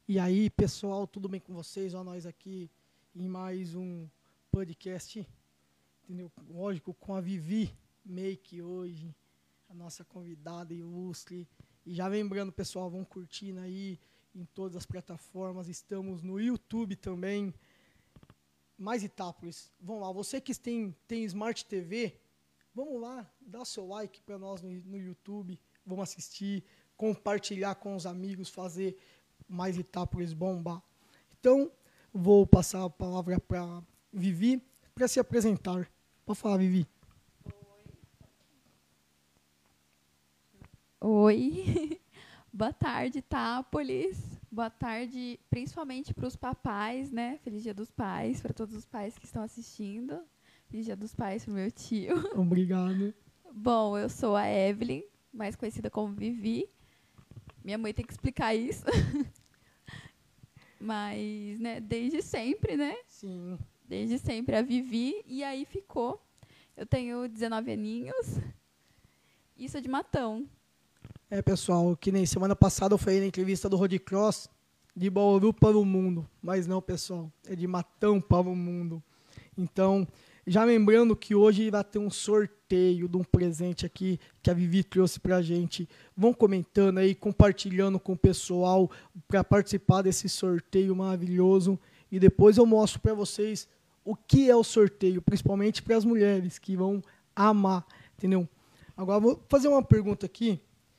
E aí, pessoal, tudo bem com vocês? Ó, nós aqui em mais um podcast, entendeu? Lógico, com a Vivi Make hoje, a nossa convidada ilustre. E já lembrando, pessoal, vão curtindo aí em todas as plataformas. Estamos no YouTube também. Mais Itápolis. Vamos lá, você que tem Smart TV, vamos lá, dá seu like para nós no YouTube. Vamos assistir, compartilhar com os amigos, fazer mais Itápolis bombar. Então, vou passar a palavra para Vivi para se apresentar. Pode falar, Vivi. Oi, boa tarde, Itápolis. Boa tarde, principalmente para os papais, né? Feliz Dia dos Pais, para todos os pais que estão assistindo. Feliz Dia dos Pais para o meu tio. Obrigado. Bom, eu sou a Evelyn, mais conhecida como Vivi. Minha mãe tem que explicar isso. Mas, né, desde sempre, né? Sim. Desde sempre a Vivi, e aí ficou. Eu tenho 19 aninhos e sou de Matão. Pessoal, que nem semana passada eu falei na entrevista do Road Cross, de Bauru para o mundo. Mas não, pessoal, é de Matão para o mundo. Então, já lembrando que hoje vai ter um sorteio de um presente aqui que a Vivi trouxe pra gente. Vão comentando aí, compartilhando com o pessoal para participar desse sorteio maravilhoso. E depois eu mostro para vocês o que é o sorteio, principalmente para as mulheres que vão amar, entendeu? Agora vou fazer uma pergunta aqui.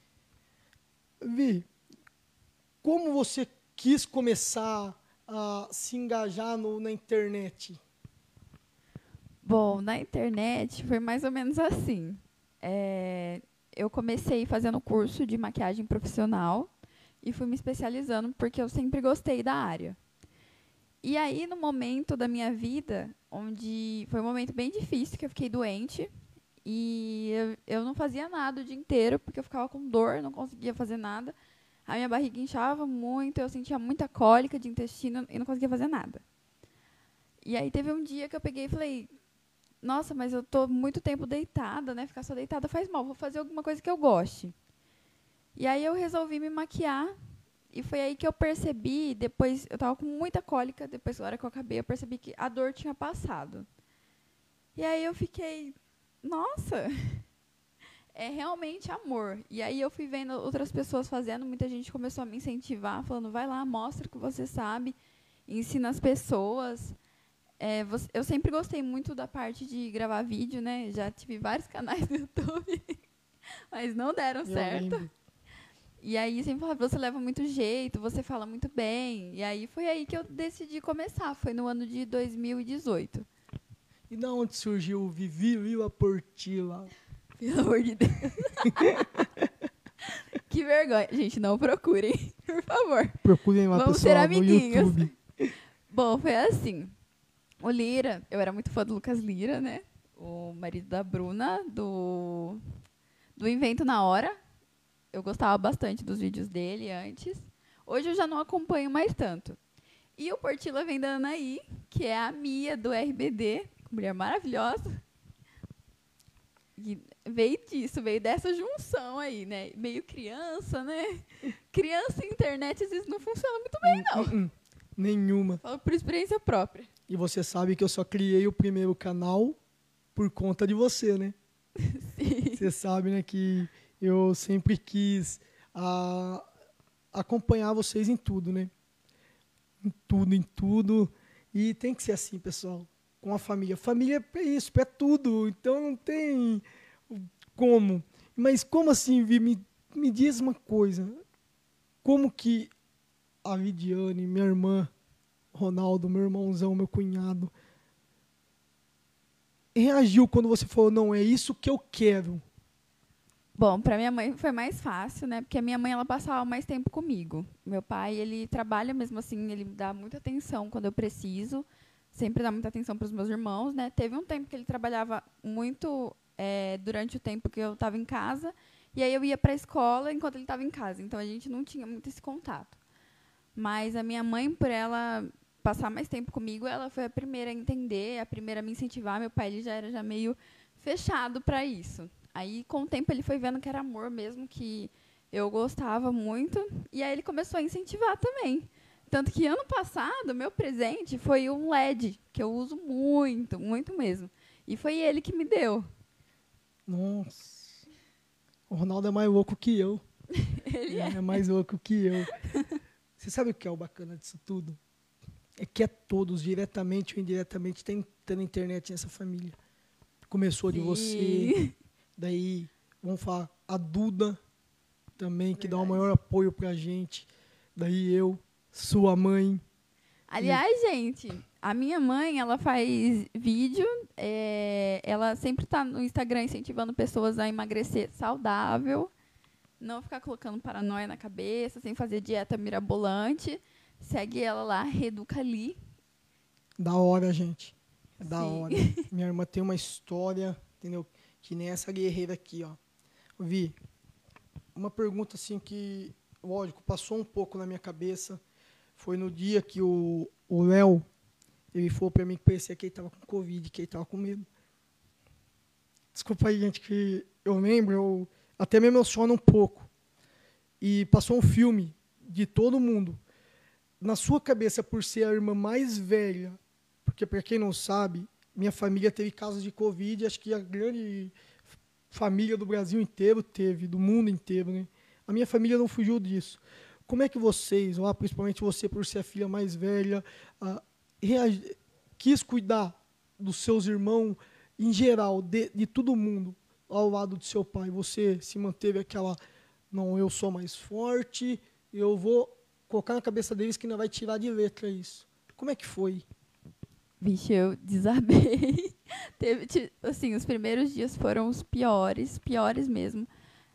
Vi, como você quis começar a se engajar na internet? Bom, na internet foi mais ou menos assim. Eu comecei fazendo curso de maquiagem profissional e fui me especializando porque eu sempre gostei da área. E aí, no momento da minha vida, onde foi um momento bem difícil, que eu fiquei doente, e eu não fazia nada o dia inteiro, porque eu ficava com dor, não conseguia fazer nada. A minha barriga inchava muito, eu sentia muita cólica de intestino e não conseguia fazer nada. E aí teve um dia que eu peguei e falei, nossa, mas eu tô muito tempo deitada, né? Ficar só deitada faz mal, vou fazer alguma coisa que eu goste. E aí eu resolvi me maquiar, e foi aí que eu percebi, depois, eu tava com muita cólica, depois da hora que eu acabei, eu percebi que a dor tinha passado. E aí eu fiquei, nossa, é realmente amor. E aí eu fui vendo outras pessoas fazendo, muita gente começou a me incentivar, falando, vai lá, mostra o que você sabe, ensina as pessoas. Eu sempre gostei muito da parte de gravar vídeo, né? Já tive vários canais no YouTube, mas não deram Eu certo. lembro. E aí sempre falava, você leva muito jeito, você fala muito bem. E aí foi aí que eu decidi começar, foi no ano de 2018. E da onde surgiu o Vivi Lila Portila? Pelo amor de Deus. Que vergonha. Gente, não procurem, por favor. Procurem lá, Vamos pessoal, ser no amiguinhos. YouTube. Bom, foi assim. O Lira, eu era muito fã do Lucas Lira, né? O marido da Bruna, do Invento na Hora. Eu gostava bastante dos vídeos dele antes. Hoje eu já não acompanho mais tanto. E o Portila vem da Anaí, que é a Mia do RBD, mulher maravilhosa. E veio disso, veio dessa junção aí, né? Meio criança, né? Criança e internet às vezes não funciona muito bem, não. Nenhuma. Falo por experiência própria. E você sabe que eu só criei o primeiro canal por conta de você, né? Sim. Você sabe, né, que eu sempre quis acompanhar vocês em tudo, né? Em tudo, em tudo. E tem que ser assim, pessoal. Com a família. Família é isso, é tudo. Então não tem como. Mas como assim, Vi? Me diz uma coisa. Como que a Vidiane, minha irmã, Ronaldo, meu irmãozão, meu cunhado, reagiu quando você falou, não, é isso que eu quero? Bom, para minha mãe foi mais fácil, né? Porque a minha mãe ela passava mais tempo comigo. Meu pai, ele trabalha mesmo assim, ele me dá muita atenção quando eu preciso, sempre dá muita atenção para os meus irmãos, né? Teve um tempo que ele trabalhava muito durante o tempo que eu estava em casa, e aí eu ia para a escola enquanto ele estava em casa. Então a gente não tinha muito esse contato. Mas a minha mãe, por ela passar mais tempo comigo, ela foi a primeira a entender, a primeira a me incentivar. Meu pai ele já era meio fechado para isso. Aí, com o tempo, ele foi vendo que era amor mesmo, que eu gostava muito. E aí ele começou a incentivar também. Tanto que ano passado, meu presente foi um LED, que eu uso muito, muito mesmo. E foi ele que me deu. Nossa. O Ronaldo é mais louco que eu. Ele é. É mais louco que eu. Você sabe o que é o bacana disso tudo? É que todos, diretamente ou indiretamente, tem na internet nessa família. Começou de você, Sim. daí, vamos falar, a Duda também, que dá o Verdade. maior apoio pra gente. Daí eu, sua mãe. Aliás, gente, a minha mãe, ela faz vídeo, ela sempre tá no Instagram incentivando pessoas a emagrecer saudável, não ficar colocando paranoia na cabeça, sem fazer dieta mirabolante. Segue ela lá, Reducali. Da hora, gente. É da Sim. hora. Minha irmã tem uma história, entendeu? Que nem essa guerreira aqui, ó. Vi, uma pergunta assim que, lógico, passou um pouco na minha cabeça. Foi no dia que o Léo, ele falou pra mim que parecia que ele tava com Covid, que ele tava com medo. Desculpa aí, gente, que eu lembro, eu até me emociono um pouco. E passou um filme de todo mundo. Na sua cabeça, por ser a irmã mais velha, porque, para quem não sabe, minha família teve casos de Covid, acho que a grande família do Brasil inteiro teve, do mundo inteiro, né? A minha família não fugiu disso. Como é que vocês, lá, principalmente você, por ser a filha mais velha, ah, quis cuidar dos seus irmãos, em geral, de todo mundo, ao lado do seu pai? Você se manteve aquela, não, eu sou mais forte, eu vou colocar na cabeça deles que não vai tirar de letra isso. Como é que foi? Vixe, eu desabei. Assim, os primeiros dias foram os piores, piores mesmo.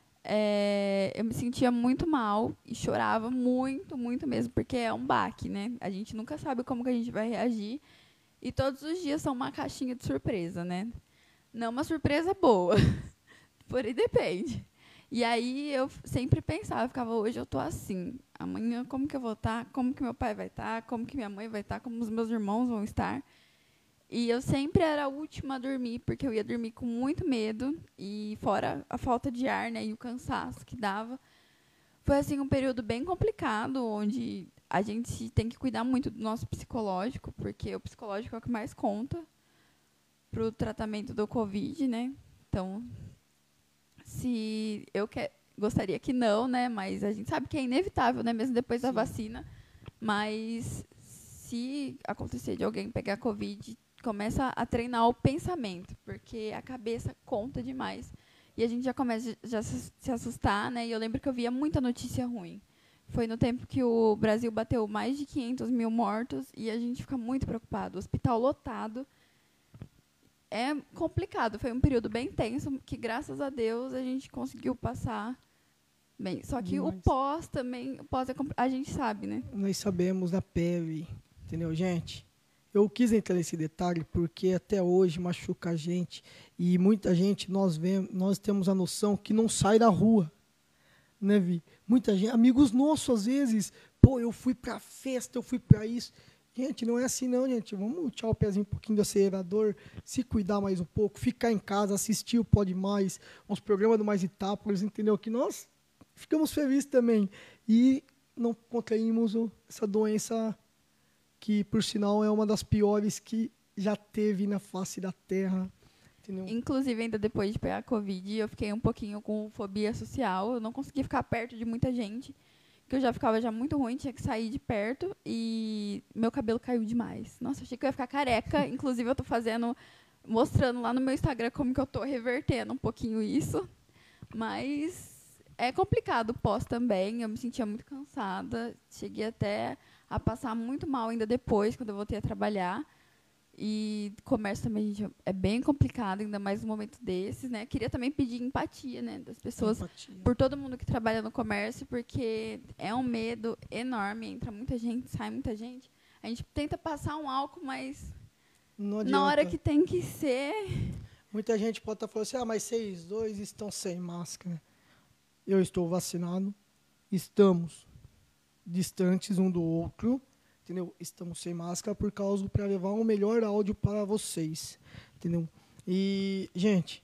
Eu me sentia muito mal e chorava muito, muito mesmo, porque é um baque, né? A gente nunca sabe como que a gente vai reagir. E todos os dias são uma caixinha de surpresa, né? Não uma surpresa boa, porém depende. E aí eu sempre pensava, eu ficava, hoje eu tô assim, amanhã como que eu vou estar, como que meu pai vai estar, como que minha mãe vai estar, como os meus irmãos vão estar. E eu sempre era a última a dormir, porque eu ia dormir com muito medo, e fora a falta de ar, né, e o cansaço que dava. Foi, assim, um período bem complicado, onde a gente tem que cuidar muito do nosso psicológico, porque o psicológico é o que mais conta para o tratamento do Covid, né? Então, se eu gostaria que não, né, mas a gente sabe que é inevitável, né, mesmo depois da Sim. vacina. Mas se acontecer de alguém pegar Covid, começa a treinar o pensamento, porque a cabeça conta demais. E a gente já começa a se assustar, né? E eu lembro que eu via muita notícia ruim. Foi no tempo que o Brasil bateu mais de 500 mil mortos e a gente fica muito preocupado. Hospital lotado. É complicado. Foi um período bem tenso que, graças a Deus, a gente conseguiu passar bem. Só que o Demais. pós também, a gente sabe, né? Nós sabemos da pele, entendeu, gente? Eu quis entrar nesse detalhe porque até hoje machuca a gente e muita gente nós temos a noção que não sai da rua, né, Vi? Muita gente, amigos nossos às vezes, pô, eu fui pra festa, eu fui pra isso. Gente, não é assim não, gente. Vamos tirar o pezinho um pouquinho do acelerador, se cuidar mais um pouco, ficar em casa, assistir o Pode Mais, uns programas do Mais Itápolis, entendeu? Que nós ficamos felizes também. E não contraímos essa doença que, por sinal, é uma das piores que já teve na face da Terra. Entendeu? Inclusive, ainda depois de pegar a Covid, eu fiquei um pouquinho com fobia social. Eu não conseguia ficar perto de muita gente, que eu já ficava já muito ruim, tinha que sair de perto e meu cabelo caiu demais. Nossa, eu achei que eu ia ficar careca. Inclusive, eu tô mostrando lá no meu Instagram como que eu tô revertendo um pouquinho isso. Mas é complicado o pós também. Eu me sentia muito cansada. Cheguei até a passar muito mal ainda depois, quando eu voltei a trabalhar. E comércio também, gente, é bem complicado, ainda mais no momento desses, né? Queria também pedir empatia, né, das pessoas, Empatia. por todo mundo que trabalha no comércio, porque é um medo enorme, entra muita gente, sai muita gente. A gente tenta passar um álcool, mas Não na hora adianta. que tem que ser... Muita gente pode estar falando assim, mas vocês dois estão sem máscara. Eu estou vacinado. Estamos distantes um do outro. Entendeu? Estamos sem máscara por causa para levar um melhor áudio para vocês. Entendeu? E, gente,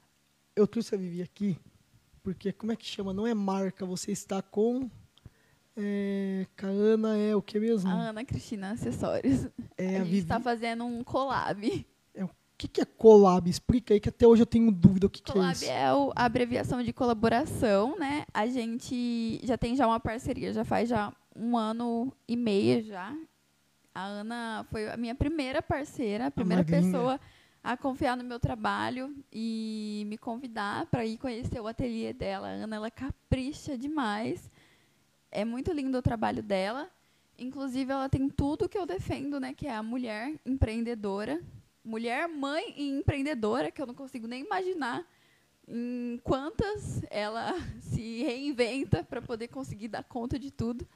eu trouxe a Vivi aqui porque, como é que chama? Não é marca, você está com Com a Ana é o que mesmo? A Ana Cristina Acessórios. É A a gente Vivi. está fazendo um collab. O que é collab? Explica aí que até hoje eu tenho dúvida o que é Collab isso. é a abreviação de colaboração, né? A gente já tem já uma parceria, já faz já 1 ano e meio já. A Ana foi a minha primeira parceira, a primeira madrinha. pessoa a confiar no meu trabalho e me convidar para ir conhecer o ateliê dela. A Ana, ela capricha demais. É muito lindo o trabalho dela. Inclusive, ela tem tudo que eu defendo, né? Que é a mulher empreendedora. Mulher, mãe e empreendedora, que eu não consigo nem imaginar em quantas ela se reinventa para poder conseguir dar conta de tudo.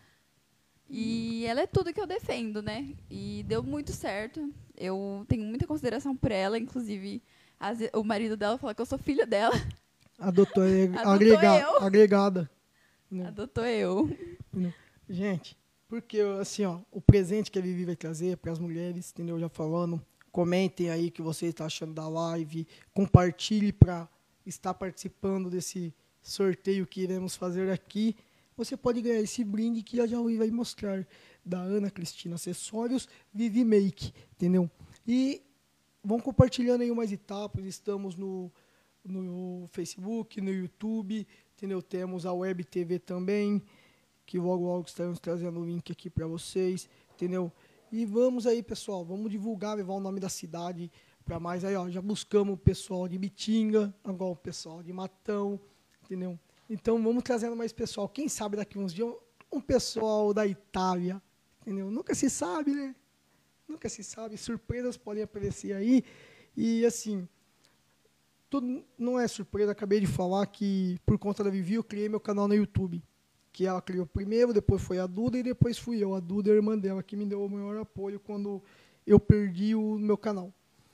E ela é tudo que eu defendo, né? E deu muito certo. Eu tenho muita consideração por ela, inclusive o marido dela fala que eu sou filha dela. Adotou, Adotou eu. agregada. Né? Adotou eu. Gente, porque assim, ó, o presente que a Vivi vai trazer para as mulheres, entendeu? Já falando, comentem aí o que você está achando da live, compartilhe para estar participando desse sorteio que iremos fazer aqui. Você pode ganhar esse brinde que a Jaui vai mostrar, da Ana Cristina Acessórios Vivi Make, entendeu? E vão compartilhando aí umas etapas, estamos no Facebook, no YouTube, entendeu? Temos a Web TV também, que logo logo estaremos trazendo o link aqui para vocês, entendeu? E vamos aí, pessoal, vamos divulgar, levar o nome da cidade para mais aí, ó, já buscamos o pessoal de Bitinga, agora o pessoal de Matão, entendeu? Então vamos trazendo mais pessoal, quem sabe daqui uns dias um pessoal da Itália, entendeu? Nunca se sabe, né? Nunca se sabe, surpresas podem aparecer aí. E assim, tudo não é surpresa, acabei de falar que por conta da Vivi eu criei meu canal no YouTube. Que ela criou primeiro, depois foi a Duda e depois fui eu. A Duda é a irmã dela, que me deu o maior apoio quando eu perdi o meu canal.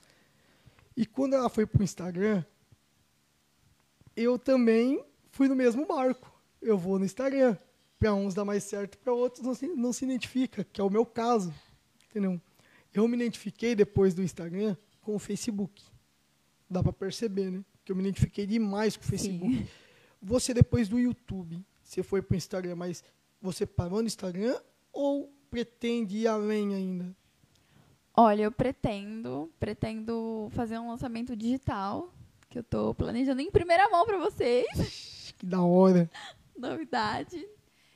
E quando ela foi pro Instagram, eu também fui no mesmo barco. Eu vou no Instagram. Para uns dá mais certo, para outros não se identifica, que é o meu caso. Entendeu? Eu me identifiquei depois do Instagram com o Facebook. Dá para perceber, né? Que eu me identifiquei demais com o Facebook. Sim. Você, depois do YouTube, você foi para o Instagram, mas você parou no Instagram ou pretende ir além ainda? Olha, eu pretendo fazer um lançamento digital, que eu estou planejando em primeira mão para vocês. Que da hora. Novidade.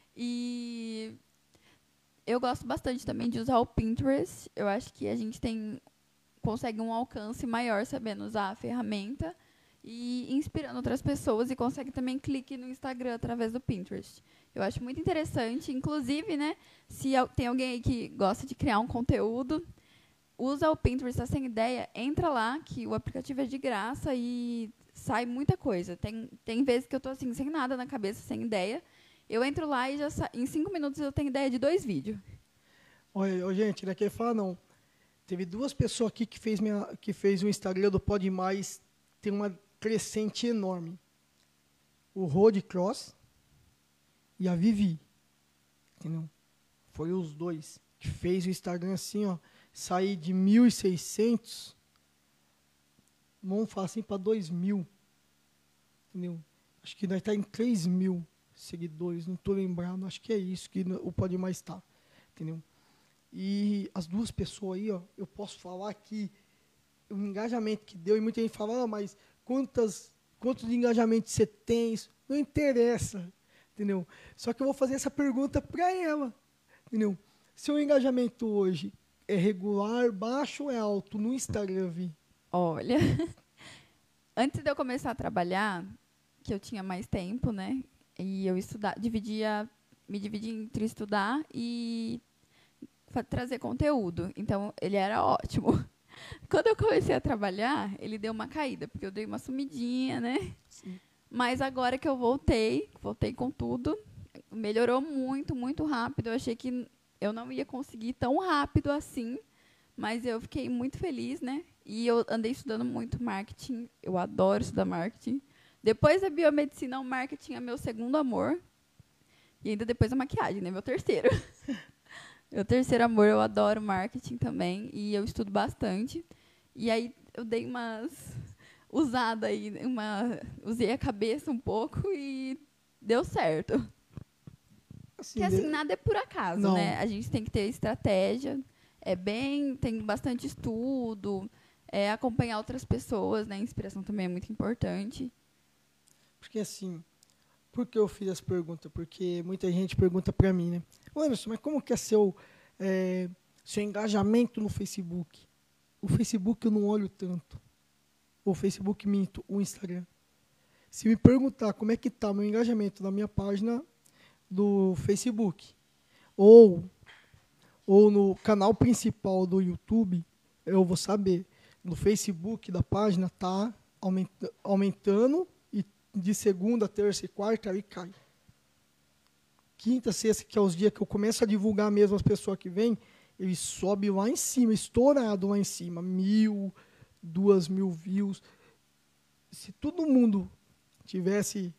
E eu gosto bastante também de usar o Pinterest. Eu acho que a gente consegue um alcance maior sabendo usar a ferramenta e inspirando outras pessoas, e consegue também clique no Instagram através do Pinterest. Eu acho muito interessante, inclusive, né, se tem alguém aí que gosta de criar um conteúdo, usa o Pinterest, tá sem ideia, entra lá, que o aplicativo é de graça e sai muita coisa. Tem vezes que eu tô assim, sem nada na cabeça, sem ideia. Eu entro lá e já em 5 minutos eu tenho ideia de 2 vídeos. Olha, gente, não é que falar não. Teve 2 pessoas aqui que fez o Instagram do Pode Mais, tem uma crescente enorme. O Road Cross e a Vivi. Entendeu? Foi os 2 que fez o Instagram assim, ó, sair de 1.600, vamos falar assim, para 2.000. Entendeu? Acho que nós tá em 3.000 seguidores, não estou lembrando, acho que é isso que o Pode Mais está. Entendeu? E as 2 pessoas aí, ó, eu posso falar que o engajamento que deu, e muita gente fala, mas quantos de engajamento você tem? Isso não interessa, entendeu? Só que eu vou fazer essa pergunta para ela, entendeu? Seu engajamento hoje é regular, baixo ou é alto no Instagram, Vi? Olha, antes de eu começar a trabalhar, que eu tinha mais tempo, né? E eu me dividia entre estudar e trazer conteúdo. Então, ele era ótimo. Quando eu comecei a trabalhar, ele deu uma caída, porque eu dei uma sumidinha, né? Sim. Mas agora que eu voltei com tudo, melhorou muito, muito rápido. Eu achei que eu não ia conseguir tão rápido assim, mas eu fiquei muito feliz, né? E eu andei estudando muito marketing. Eu adoro estudar marketing. Depois da biomedicina, o marketing é meu segundo amor. E ainda depois a maquiagem, né? Meu terceiro. Meu terceiro amor, eu adoro marketing também. E eu estudo bastante. E aí eu dei usei a cabeça um pouco e deu certo. Assim, Que assim, nada é por acaso, não. né? A gente tem que ter estratégia, tem bastante estudo, acompanhar outras pessoas, né? Inspiração também é muito importante. Porque assim, por que eu fiz essa pergunta? Porque muita gente pergunta para mim, né? Ô, Anderson, mas como que é seu engajamento no Facebook? O Facebook eu não olho tanto. O Facebook minto, o Instagram. Se me perguntar como é que está meu engajamento na minha página do Facebook ou no canal principal do YouTube, eu vou saber. No Facebook da página está aumentando e de segunda, terça e quarta aí cai. Quinta, sexta, que é os dias que eu começo a divulgar mesmo as pessoas que vêm, ele sobe lá em cima, estourado lá em cima, 1.000, 2.000 views. Se todo mundo tivesse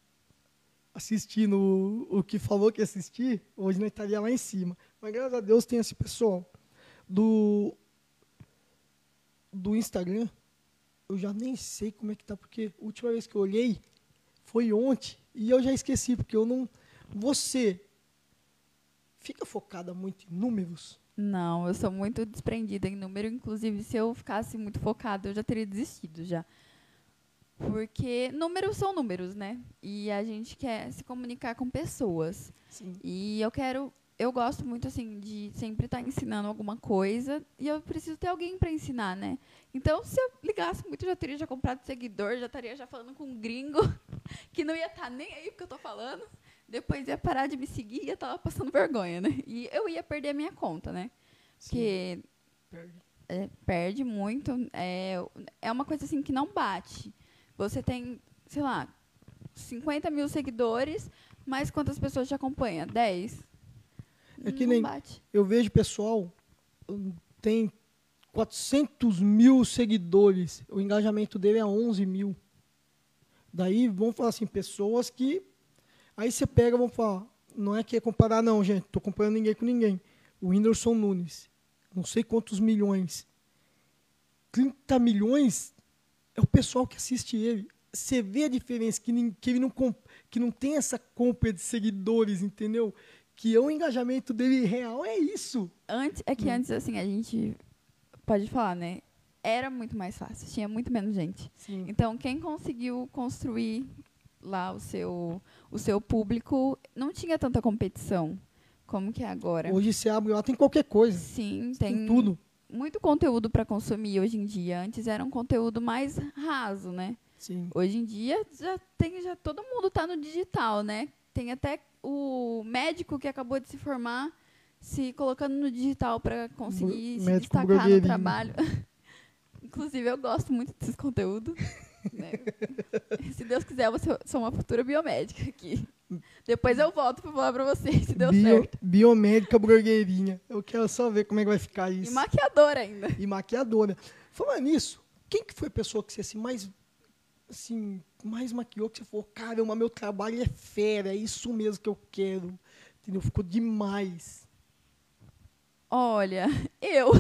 assistindo o que falou que ia assistir, hoje nós estaria lá em cima. Mas graças a Deus tem esse pessoal. Do Instagram, eu já nem sei como é que tá, porque a última vez que eu olhei foi ontem e eu já esqueci, porque eu não... Você fica focada muito em números? Não, eu sou muito desprendida em número. Inclusive, se eu ficasse muito focada, eu já teria desistido já. Porque números são números, né? E a gente quer se comunicar com pessoas. Sim. E eu gosto muito, assim, de sempre estar ensinando alguma coisa. E eu preciso ter alguém para ensinar, né? Então, se eu ligasse muito, eu já teria já comprado seguidor, já estaria já falando com um gringo que não ia estar nem aí porque eu tô falando. Depois ia parar de me seguir e ia estar passando vergonha, né? E eu ia perder a minha conta, né? Porque perde muito. É uma coisa assim que não bate. Você tem, sei lá, 50 mil seguidores, mas quantas pessoas te acompanham? 10? É que não nem bate. Eu vejo pessoal, tem 400 mil seguidores, o engajamento dele é 11 mil. Daí vamos falar assim, pessoas que... Aí você pega, vamos falar, não é que é comparar não, gente, estou comparando ninguém com ninguém. O Whindersson Nunes, não sei quantos milhões. 30 milhões é o pessoal que assiste ele. Você vê a diferença, que ele não tem essa compra de seguidores, entendeu? Que o engajamento dele real é isso. Antes, assim, a gente pode falar, né? Era muito mais fácil, tinha muito menos gente. Sim. Então, quem conseguiu construir lá o seu público, não tinha tanta competição como que é agora. Hoje você abre lá, tem qualquer coisa. Sim, tem tudo. Muito conteúdo para consumir hoje em dia. Antes era um conteúdo mais raso, né? Sim. Hoje em dia já todo mundo está no digital, né? Tem até o médico que acabou de se formar se colocando no digital para conseguir se destacar no trabalho. Inclusive, eu gosto muito desses conteúdos. Né? Se Deus quiser, eu sou uma futura biomédica aqui. Depois eu volto para falar para vocês se deu certo. Biomédica blogueirinha. Eu quero só ver como é que vai ficar isso. E maquiadora ainda. E maquiadora. Falando nisso, quem que foi a pessoa que você mais maquiou, que você falou, caramba, meu trabalho é fera, é isso mesmo que eu quero. Entendeu? Ficou demais. Olha, eu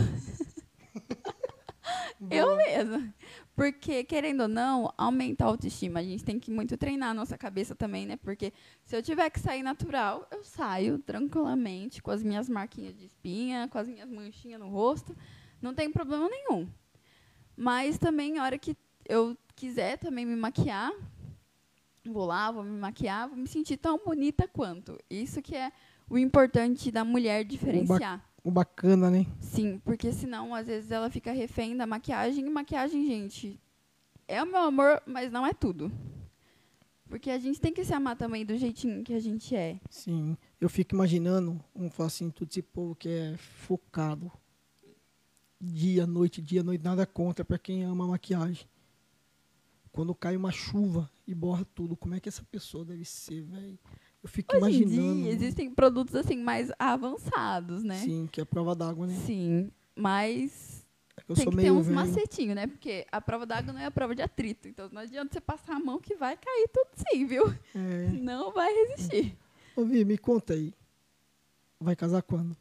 mesma. Porque, querendo ou não, aumenta a autoestima. A gente tem que muito treinar a nossa cabeça também, né? Porque se eu tiver que sair natural, eu saio tranquilamente, com as minhas marquinhas de espinha, com as minhas manchinhas no rosto. Não tem problema nenhum. Mas também, na hora que eu quiser também me maquiar, vou lá, vou me maquiar, vou me sentir tão bonita quanto. Isso que é o importante da mulher diferenciar. O bacana, né? Sim, porque senão, às vezes, ela fica refém da maquiagem. E maquiagem, gente, é o meu amor, mas não é tudo. Porque a gente tem que se amar também do jeitinho que a gente é. Sim, eu fico imaginando, vamos falar assim, todo esse povo que é focado. Dia, noite, nada contra para quem ama maquiagem. Quando cai uma chuva e borra tudo, como é que essa pessoa deve ser, velho? Eu fico imaginando. Hoje em dia, existem produtos assim mais avançados, né? Sim, que é a prova d'água, né? Sim, mas eu tem sou que meio ter uns velho. macetinhos, né? Porque a prova d'água não é a prova de atrito. Então não adianta você passar a mão que vai cair tudo sim, viu? É. Não vai resistir. Ô, Vi, me conta aí. Vai casar quando?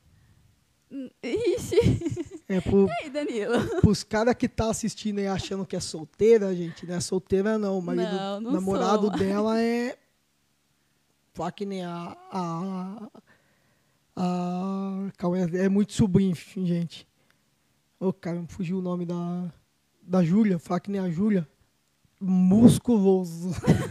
Ixi. E aí, Danilo? Pros caras que tá assistindo aí achando que é solteira, gente, não é solteira não. O marido, não namorado sou. dela é falar que nem calma, é muito sobrinho, gente. Ô, cara, me fugiu o nome da Júlia. Falar que nem a Júlia. Musculoso.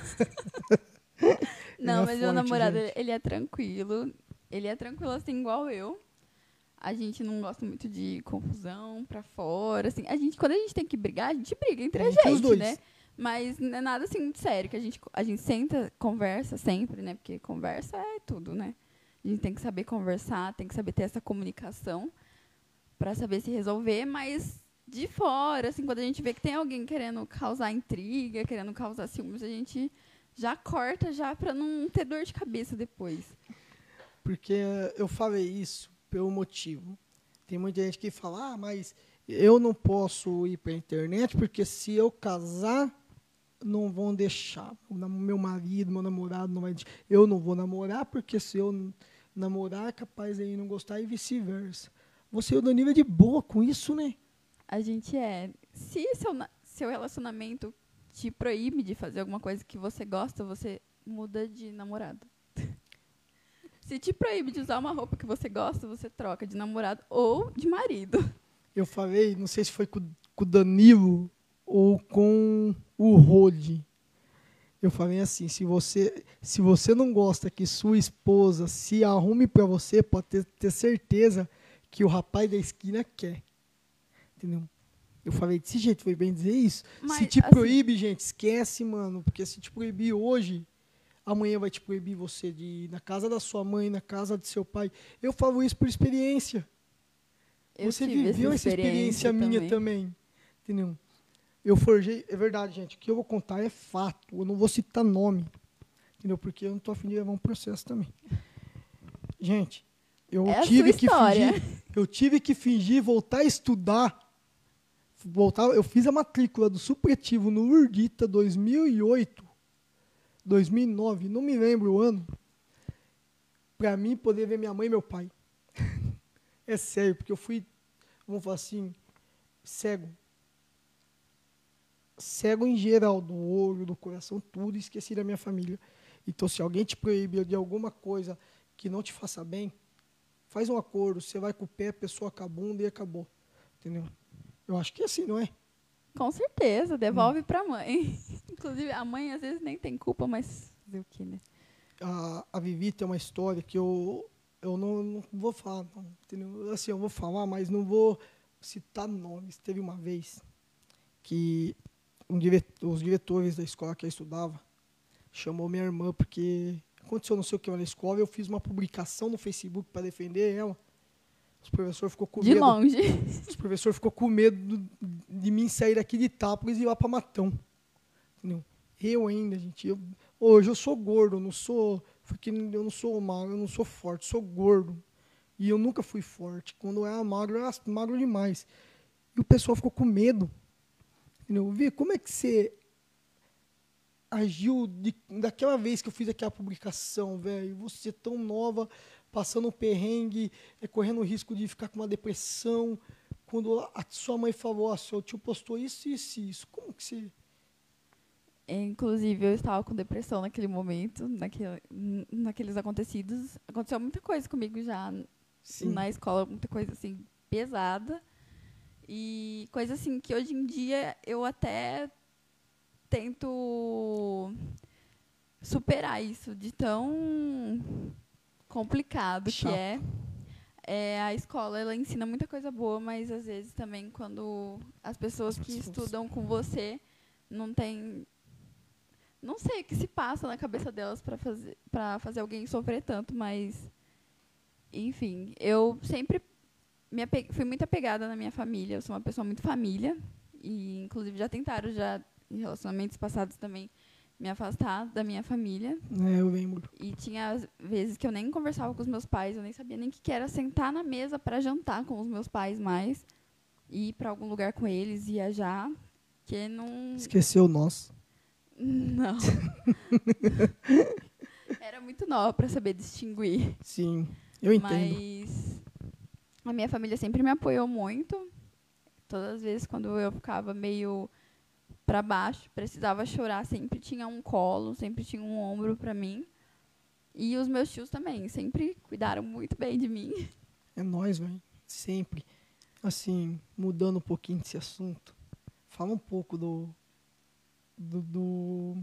Não, É mas meu forte, namorado, gente. ele é tranquilo. Ele é tranquilo assim, igual eu. A gente não gosta muito de confusão pra fora, assim. Quando a gente tem que brigar, a gente briga entre a Entre os gente, dois. né? Mas não é nada assim muito sério, que a gente senta, conversa sempre, né? Porque conversa é tudo, né? A gente tem que saber conversar, tem que saber ter essa comunicação pra saber se resolver, mas de fora, assim, quando a gente vê que tem alguém querendo causar intriga, querendo causar ciúmes, a gente já corta já pra não ter dor de cabeça depois. Porque eu falei isso pelo motivo. Tem muita gente que fala, mas eu não posso ir pra internet porque se eu casar, não vão deixar. Meu marido, meu namorado não vai deixar. Eu não vou namorar porque se eu namorar, é capaz de ele não gostar e vice-versa. Você e o Danilo é de boa com isso, né? A gente é. Se seu relacionamento te proíbe de fazer alguma coisa que você gosta, você muda de namorado. Se te proíbe de usar uma roupa que você gosta, você troca de namorado ou de marido. Eu falei, não sei se foi com o Danilo ou com o Rode. Eu falei assim, se você não gosta que sua esposa se arrume pra você, pode ter certeza que o rapaz da esquina quer. Entendeu? Eu falei desse jeito, foi bem dizer isso. Se Mas, te assim, proíbe, gente, esquece, mano. Porque se te proibir hoje, amanhã vai te proibir você de ir na casa da sua mãe, na casa de seu pai. Eu falo isso por experiência. eu Você tive viveu essa experiência minha também. Entendeu? Eu forjei, é verdade, gente. O que eu vou contar é fato. Eu não vou citar nome. Entendeu? Porque eu não tô afim de levar um processo também. Gente, eu É a sua tive que história. fingir, eu tive que fingir voltar a estudar. Eu fiz a matrícula do supletivo no Urdita 2008, 2009, não me lembro o ano, para mim poder ver minha mãe e meu pai. É sério, porque eu fui, vamos falar assim, cego. Cego em geral, do olho, do coração, tudo, e esqueci da minha família. Então, se alguém te proíbe de alguma coisa que não te faça bem, faz um acordo, você vai com o pé, a pessoa com a bunda e acabou. Entendeu? Eu acho que é assim, não é? Com certeza, devolve pra mãe. Inclusive, a mãe às vezes nem tem culpa, mas fazer o quê, né? A Vivi tem uma história que eu não vou falar, não, entendeu? Assim, eu vou falar, mas não vou citar nomes. Teve uma vez que os diretores da escola que eu estudava chamou minha irmã porque aconteceu não sei o que lá na escola, eu fiz uma publicação no Facebook para defender ela. Os professores ficou com De medo. longe. Os professores ficou com medo de mim sair daqui de Itápolis e ir lá para Matão. Entendeu? Eu ainda, gente. Hoje eu sou gordo, eu não sou magro, eu não sou forte, sou gordo. E eu nunca fui forte. Quando eu era magro demais. E o pessoal ficou com medo. Entendeu? Vi, como é que você agiu daquela vez que eu fiz aquela publicação, velho? Você é tão nova, passando um perrengue, correndo o risco de ficar com uma depressão. Quando a sua mãe falou, ó, seu tio postou isso, isso e isso. Como que você... Inclusive, eu estava com depressão naquele momento, naqueles acontecidos. Aconteceu muita coisa comigo já Sim. na escola, muita coisa assim pesada. E coisa assim que hoje em dia eu até tento superar isso de tão complicado que Chato. a escola ela ensina muita coisa boa, mas às vezes também quando as pessoas que estudam com você não tem, não sei o que se passa na cabeça delas para fazer alguém sofrer tanto, mas enfim, eu sempre fui muito apegada na minha família, eu sou uma pessoa muito família e inclusive já tentaram já em relacionamentos passados também me afastar da minha família. Eu lembro. E tinha vezes que eu nem conversava com os meus pais, eu nem sabia nem o que era sentar na mesa para jantar com os meus pais mais, ir para algum lugar com eles, viajar, que não... Esqueceu nós. Não. Era muito nova para saber distinguir. Sim, eu entendo. Mas a minha família sempre me apoiou muito. Todas as vezes quando eu ficava meio para baixo, precisava chorar, sempre tinha um colo, sempre tinha um ombro para mim. E os meus tios também, sempre cuidaram muito bem de mim. É nóis, velho. Sempre. Assim, mudando um pouquinho desse assunto, fala um pouco do.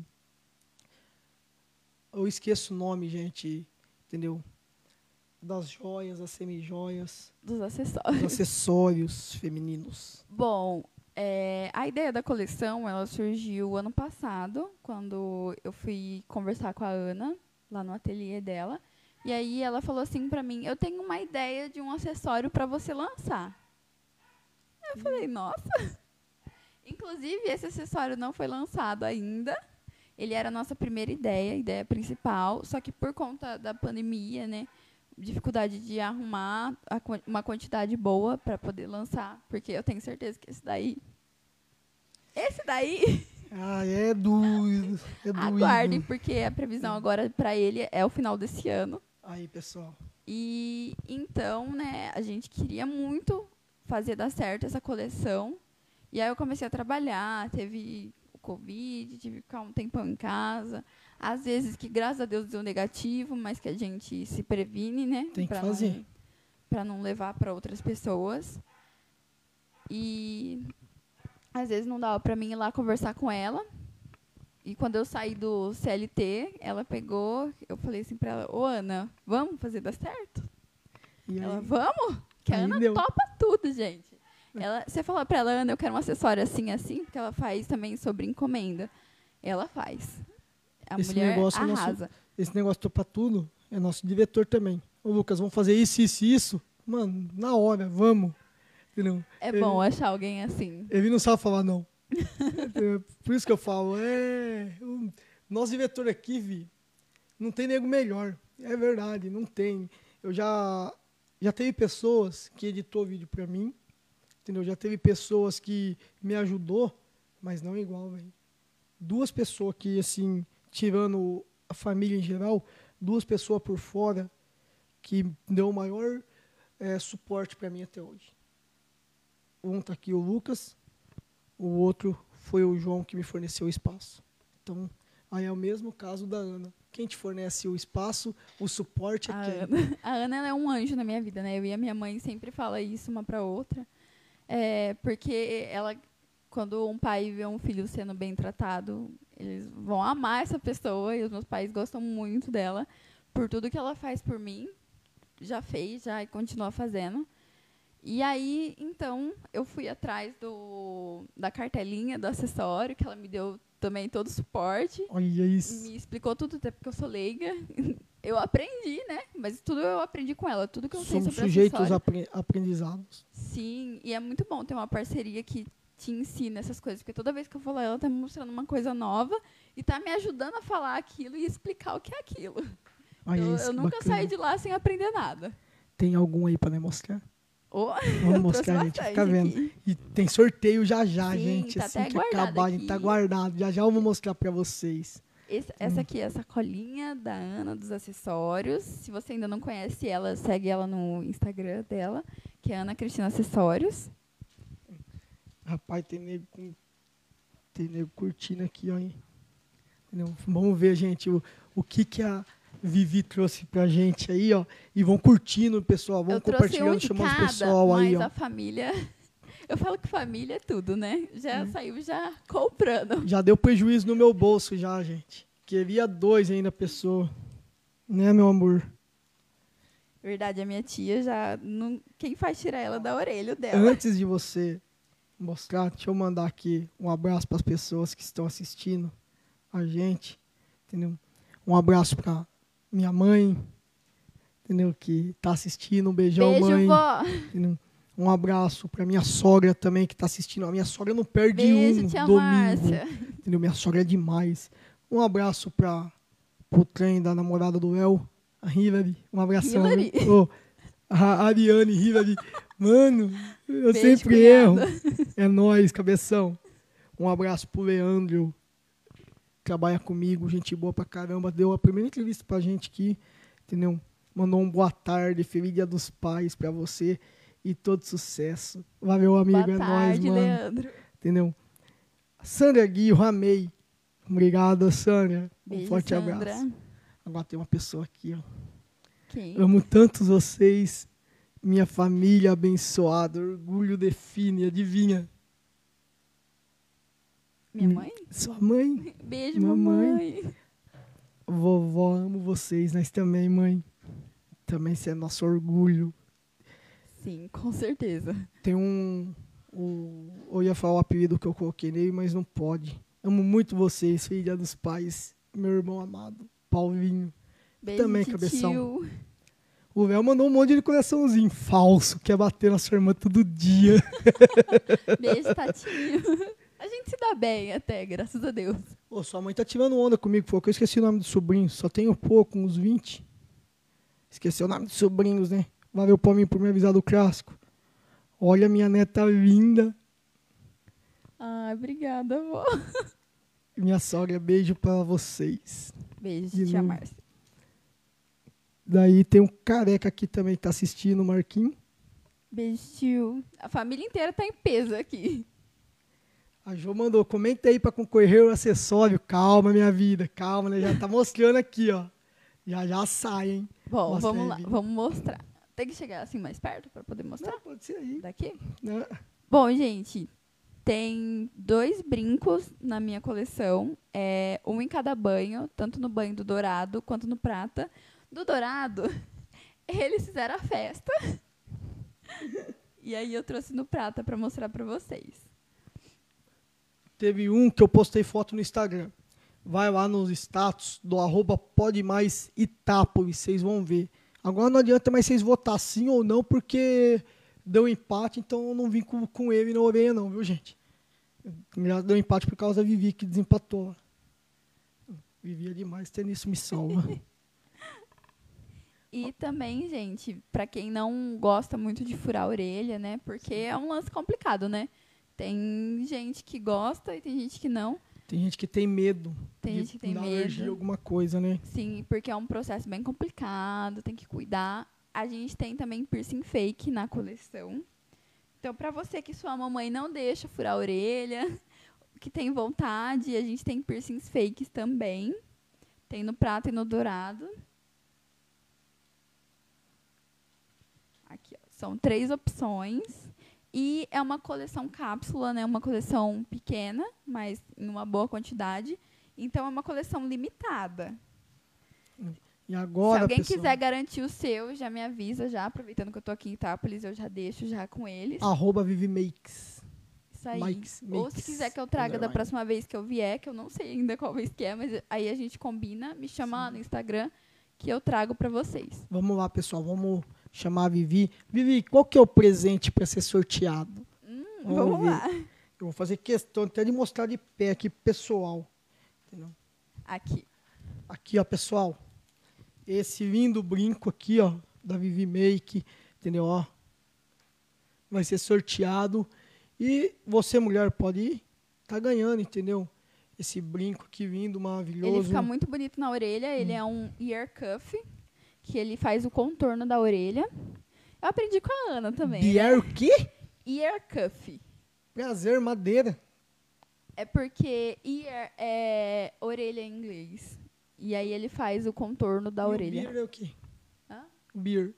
Eu esqueço o nome, gente, entendeu? Das joias, das semijoias, Dos dos acessórios. acessórios femininos. Bom, a ideia da coleção, ela surgiu ano passado, quando eu fui conversar com a Ana, lá no ateliê dela. E aí ela falou assim pra mim, eu tenho uma ideia de um acessório pra você lançar. Eu falei, nossa. Inclusive, esse acessório não foi lançado ainda. Ele era a nossa primeira ideia principal, só que por conta da pandemia, né, dificuldade de arrumar uma quantidade boa para poder lançar, porque eu tenho certeza que esse daí, Ah, é doido. É aguardem, doido. porque a previsão agora para ele é o final desse ano. Aí, pessoal. E então, né, a gente queria muito fazer dar certo essa coleção. E aí eu comecei a trabalhar, teve o Covid, tive que ficar um tempão em casa. Às vezes que, graças a Deus, deu negativo, mas que a gente se previne, né? Tem que fazer. Para não levar para outras pessoas. E às vezes não dava para mim ir lá conversar com ela. E quando eu saí do CLT, ela pegou, eu falei assim para ela, ô Ana, vamos fazer dar certo? E aí, Ela, vamos? Que a aí Ana deu. topa tudo, gente. Você fala pra ela, Ana, eu quero um acessório assim, assim, porque ela faz também sobre encomenda. Ela faz. A Esse mulher negócio é nosso- arrasa. esse negócio topa tudo é nosso diretor também. Ô, Lucas, vamos fazer isso, isso e isso? Mano, na hora, vamos. Entendeu? É bom achar alguém assim. Ele não sabe falar não. Por isso que eu falo, nosso diretor aqui, não tem nego melhor. É verdade, não tem. Eu já teve pessoas que editou vídeo pra mim, entendeu? Já teve pessoas que me ajudou, mas não igual, velho. Duas pessoas que, assim, tirando a família em geral, duas pessoas por fora que deu o maior suporte pra mim até hoje. Um tá aqui, o Lucas. O outro foi o João que me forneceu o espaço. Então, aí é o mesmo caso da Ana. Quem te fornece o espaço, o suporte é quem? A Ana ela é um anjo na minha vida, né? Eu e a minha mãe sempre fala isso uma pra outra. Porque ela, quando um pai vê um filho sendo bem tratado, eles vão amar essa pessoa e os meus pais gostam muito dela por tudo que ela faz por mim. Já fez, já e continua fazendo. E aí, então, eu fui atrás da cartelinha do acessório, que ela me deu também todo o suporte. Olha isso. Me explicou tudo, até porque eu sou leiga. Eu aprendi, né? Mas tudo eu aprendi com ela, tudo que eu sei Somos sobre sujeitos acessório. aprendizados. Sim, e é muito bom ter uma parceria que te ensina essas coisas, porque toda vez que eu vou lá, ela tá me mostrando uma coisa nova e tá me ajudando a falar aquilo e explicar o que é aquilo. Olha Então, isso, eu que nunca bacana. saí de lá sem aprender nada. Tem algum aí para mostrar? Oh, Vamos eu mostrar, trouxe gente. bastante Fica vendo. aqui. E tem sorteio já, Sim, gente. tá Assim até que guardado acabar, a gente tá aqui. guardado. Já eu vou mostrar para vocês. Essa aqui é a sacolinha da Ana dos acessórios. Se você ainda não conhece ela, segue ela no Instagram dela, que é Ana Cristina Acessórios. Rapaz, tem nego curtindo aqui, ó. Hein? Entendeu? Vamos ver, gente, o que a Vivi trouxe pra gente aí, ó. E vão curtindo, pessoal. Vão Eu trouxe um compartilhando, de chamando o cada, pessoal aí, mas ó. a família... Eu falo que família é tudo, né? Já saiu já comprando. Já deu prejuízo no meu bolso já, gente. Queria 2 ainda, pessoa. Né, meu amor? Verdade, a minha tia já... Não, quem faz tirar ela da orelha, o dela. Antes de você mostrar, deixa eu mandar aqui um abraço para as pessoas que estão assistindo a gente, entendeu? Um abraço para minha mãe, entendeu? Que tá assistindo. Um beijão, Beijo, mãe. vó. Entendeu? Um abraço para minha sogra também que tá assistindo. A minha sogra não perde Beijo, um tia domingo. Márcia. Entendeu? Minha sogra é demais. Um abraço para o trem da namorada do El, a Hillary. Um abração. Hillary. Ô, a Ariane Hillary. Mano, eu Beijo, sempre cunhada. erro. É nóis, cabeção. Um abraço pro Leandro. Trabalha comigo, gente boa pra caramba. Deu a primeira entrevista pra gente aqui, entendeu? Mandou um boa tarde, feliz Dia dos Pais pra você e todo sucesso. Valeu, amigo, Boa é tarde, nóis, mano. Leandro. Entendeu? Sandra Gui, amei. Obrigado, Sandra. Um Beijo, forte Sandra. abraço. Agora tem uma pessoa aqui, ó. Quem? Amo tanto vocês. Minha família abençoada. Orgulho define. Adivinha? Minha mãe? Sua mãe. Beijo, Mamãe. mamãe. Vovó, amo vocês. Nós também, mãe. Também você é nosso orgulho. Sim, com certeza. Tem eu ia falar o apelido que eu coloquei nele, mas não pode. Amo muito vocês, filha dos pais. Meu irmão amado, Paulinho. Beijo, Também, titio. cabeção. O Léo mandou um monte de coraçãozinho falso, quer bater na sua irmã todo dia. Beijo, Tatinho. A gente se dá bem até, graças a Deus. Ô, sua mãe tá tirando onda comigo, falou que eu esqueci o nome do sobrinho. Só tenho pouco, uns 20. Esqueci o nome dos sobrinhos, né? Valeu, Paulinho, por me avisar do clássico. Olha minha neta linda. Ah, obrigada, avó. Minha sogra, beijo pra vocês. Beijo, De tia novo. Márcia. Daí tem um careca aqui também que tá assistindo, o Marquinhos. Beijo, tio. A família inteira tá em peso aqui. A Jo mandou, comenta aí pra concorrer o acessório. Calma, minha vida, calma, né? Já tá mostrando aqui, ó. Já sai, hein? Bom, Mostra vamos aí, lá, Vi. vamos mostrar. Tem que chegar assim mais perto para poder mostrar? Não, pode ser aí. Daqui? Né? Bom, gente, tem 2 brincos na minha coleção. Um em cada banho, tanto no banho do dourado quanto no prata. Do dourado, eles fizeram a festa. E aí eu trouxe no prata para mostrar para vocês. Teve um que eu postei foto no Instagram. Vai lá nos status do @podemaisetápolis, vocês vão ver. Agora não adianta mais vocês votar sim ou não, porque deu empate, então eu não vim com ele na orelha não, viu, gente? Já deu empate por causa da Vivi, que desempatou. Vivi é demais, ter nisso me salva. E também, gente, para quem não gosta muito de furar a orelha, né? Porque é um lance complicado, né? Tem gente que gosta e tem gente que não. Tem gente que tem medo. Tem de gente que tem dar medo. alergia a alguma coisa, né? Sim, porque é um processo bem complicado, tem que cuidar. A gente tem também piercing fake na coleção. Então, para você que sua mamãe não deixa furar a orelha, que tem vontade, a gente tem piercings fakes também. Tem no prata e no dourado. Aqui, ó, são 3 opções. E é uma coleção cápsula, né? Uma coleção pequena, mas em uma boa quantidade. Então, é uma coleção limitada. E agora, Se alguém pessoal, quiser garantir o seu, já me avisa, já aproveitando que eu tô aqui em Itápolis, eu já deixo já com eles. @ViviMakes. Isso aí. Makes, Ou makes, se quiser que eu traga da underline. próxima vez que eu vier, que eu não sei ainda qual vez que é, mas aí a gente combina, me chama lá no Instagram que eu trago pra vocês. Vamos lá, pessoal, vamos chamar a Vivi. Vivi, qual que é o presente para ser sorteado? Vamos ver. lá. Eu vou fazer questão até de mostrar de pé aqui, pessoal. Entendeu? Aqui. Aqui, ó, pessoal. Esse lindo brinco aqui, ó, da Vivi Make, entendeu? Ó, vai ser sorteado. E você, mulher, pode ir, tá ganhando, entendeu? Esse brinco aqui lindo, maravilhoso. Ele fica muito bonito na orelha, ele é um ear cuff, que ele faz o contorno da orelha. Eu aprendi com a Ana também. Bier o quê? Ear cuff. Prazer, madeira. É porque ear é orelha em inglês. E aí ele faz o contorno da E o orelha. Beer é o quê? Hã? Beer.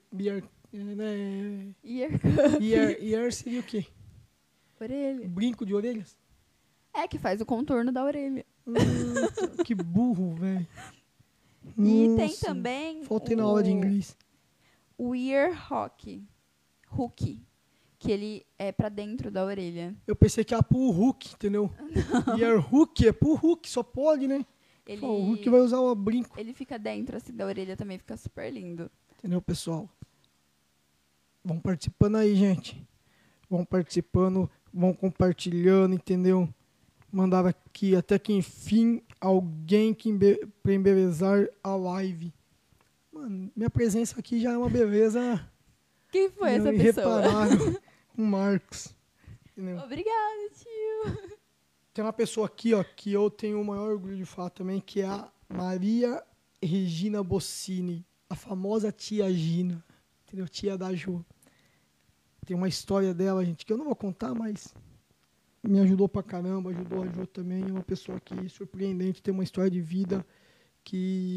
Ear cuff. Ear seria o quê? Orelha. Brinco de orelhas? É que faz o contorno da orelha. Que burro, velho. E tem também Faltei na aula de inglês. o ear hook, que ele é pra dentro da orelha. Eu pensei que era pro Hulk, entendeu? Ear hook é pro Hulk, só pode, né? Ele, Pô, o Hulk vai usar o brinco. ele fica dentro assim da orelha também, fica super lindo. Entendeu, pessoal? Vão participando aí, gente. Vão participando, vão compartilhando, entendeu? Mandaram aqui, até que enfim, alguém que pra embelezar a live. Mano, minha presença aqui já é uma beleza Quem foi essa pessoa? irreparável. O Marcos. Entendeu? Obrigada, tio. Tem uma pessoa aqui, ó, que eu tenho o maior orgulho de falar também, que é a Maria Regina Bossini, a famosa tia Gina, entendeu? Tia da Ju. Tem uma história dela, gente, que eu não vou contar, mas me ajudou pra caramba, ajudou a Ju também. É uma pessoa que surpreendente, tem uma história de vida que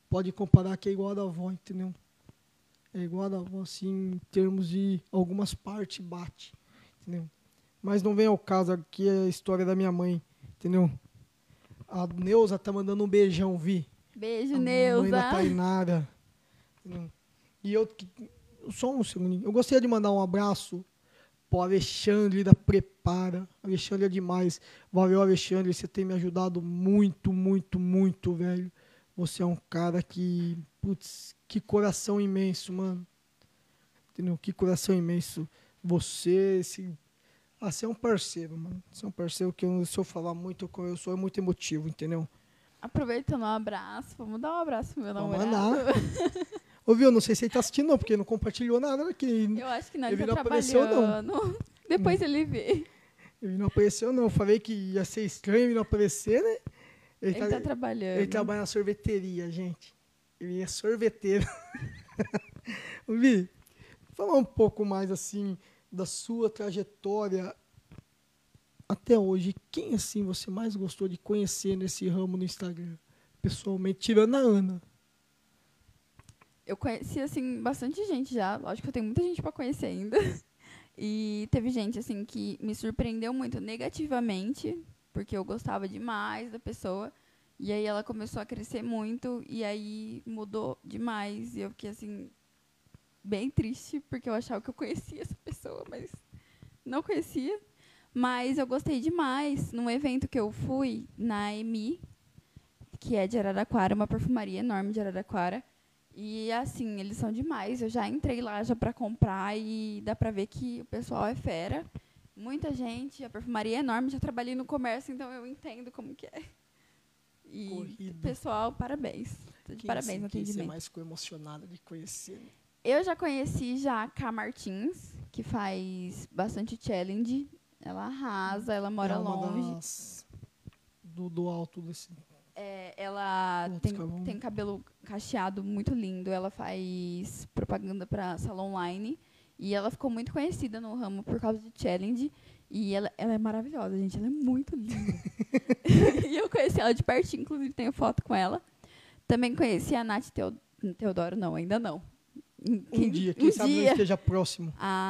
pode comparar que é igual a da avó, entendeu? É igual a da avó, assim, em termos de algumas partes bate, entendeu? Mas não vem ao caso, aqui é a história da minha mãe, entendeu? A Neuza tá mandando um beijão, Vi. Beijo, A mãe da Neuza. Tainara. Entendeu? E só um segundinho. Eu gostaria de mandar um abraço pro Alexandre da Prepara. Alexandre é demais. Valeu, Alexandre. Você tem me ajudado muito, muito, muito, velho. Você é um cara que... Putz, que coração imenso, mano. Entendeu? Que coração imenso. Você é um parceiro, mano. Você é um parceiro que se eu falar muito, eu sou muito emotivo, entendeu? Aproveitando o abraço, vamos dar um abraço pro meu Vamos namorado. mandar. Ô, viu? Não sei se ele tá assistindo, não, porque ele não compartilhou nada aqui. Eu acho que não, Ele ele tá não apareceu, não. trabalhando. Depois ele vê. Ele não apareceu, não. Eu falei que ia ser estranho ele não aparecer, né? Ele tá trabalhando. Ele trabalha na sorveteria, gente. Ele é sorveteiro. Vi, falar um pouco mais, assim, da sua trajetória até hoje. Quem, assim, você mais gostou de conhecer nesse ramo no Instagram? Pessoalmente, tirando a Ana. Eu conheci, assim, bastante gente já. Lógico que eu tenho muita gente pra conhecer ainda. E teve gente, assim, que me surpreendeu muito negativamente, porque eu gostava demais da pessoa. E aí ela começou a crescer muito, e aí mudou demais. E eu fiquei, assim, bem triste, porque eu achava que eu conhecia essa pessoa, mas não conhecia. Mas eu gostei demais. Num evento que eu fui, na EMI, que é de Araraquara, uma perfumaria enorme de Araraquara. E, assim, eles são demais. Eu já entrei lá já para comprar e dá para ver que o pessoal é fera. Muita gente, a perfumaria é enorme. Já trabalhei no comércio, então eu entendo como que é. E, Corrido. pessoal, parabéns. De parabéns no Quem você atendimento. mais ficou emocionada de conhecer? Eu já conheci já a K Martins, que faz bastante challenge. Ela arrasa, ela mora É uma longe. do alto desse... Ela Altos Cavão. tem cabelo cacheado muito lindo. Ela faz propaganda para salão online. E ela ficou muito conhecida no ramo por causa de challenge. E ela é maravilhosa, gente. Ela é muito linda. E eu conheci ela de pertinho, inclusive tenho foto com ela. Também conheci a Nath Teodoro, não, ainda não. Quem sabe não esteja próximo.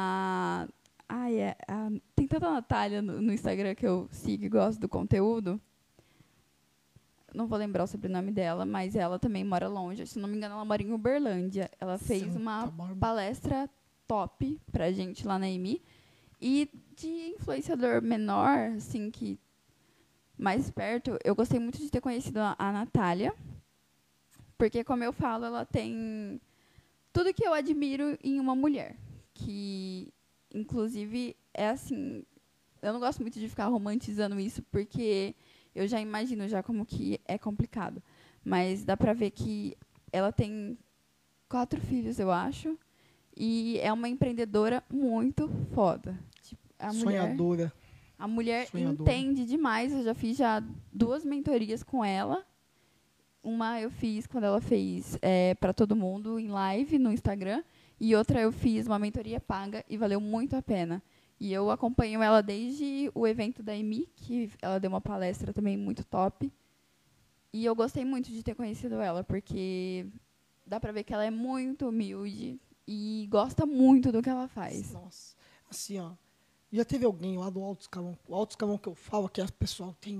Tem tanta Natália no Instagram que eu sigo e gosto do conteúdo. Não vou lembrar o sobrenome dela, mas ela também mora longe. Se não me engano, ela mora em Uberlândia. Ela fez uma palestra top pra gente lá na EMI. E de influenciador menor, assim, que mais perto, eu gostei muito de ter conhecido a Natália. Porque, como eu falo, ela tem tudo que eu admiro em uma mulher. Que, inclusive, é assim... Eu não gosto muito de ficar romantizando isso, porque eu já imagino já como que é complicado. Mas dá pra ver que ela tem 4 filhos, eu acho. E é uma empreendedora muito foda. Tipo, Sonhadora. A mulher Sonhadora. entende demais. Eu já fiz 2 mentorias com ela. Uma eu fiz quando ela fez para todo mundo em live no Instagram. E outra eu fiz uma mentoria paga e valeu muito a pena. E eu acompanho ela desde o evento da EMI, que ela deu uma palestra também muito top. E eu gostei muito de ter conhecido ela, porque dá pra ver que ela é muito humilde e gosta muito do que ela faz. Nossa, assim, ó. Já teve alguém lá do Alto Escalão? O Alto Escalão que eu falo, que as pessoas tem